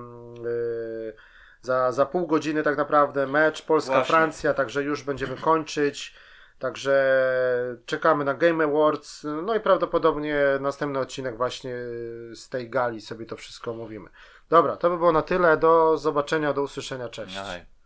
za pół godziny tak naprawdę mecz Polska-Francja, także już będziemy kończyć. Także czekamy na Game Awards, no i prawdopodobnie następny odcinek właśnie z tej gali sobie to wszystko omówimy. Dobra, to by było na tyle, do zobaczenia, do usłyszenia, cześć.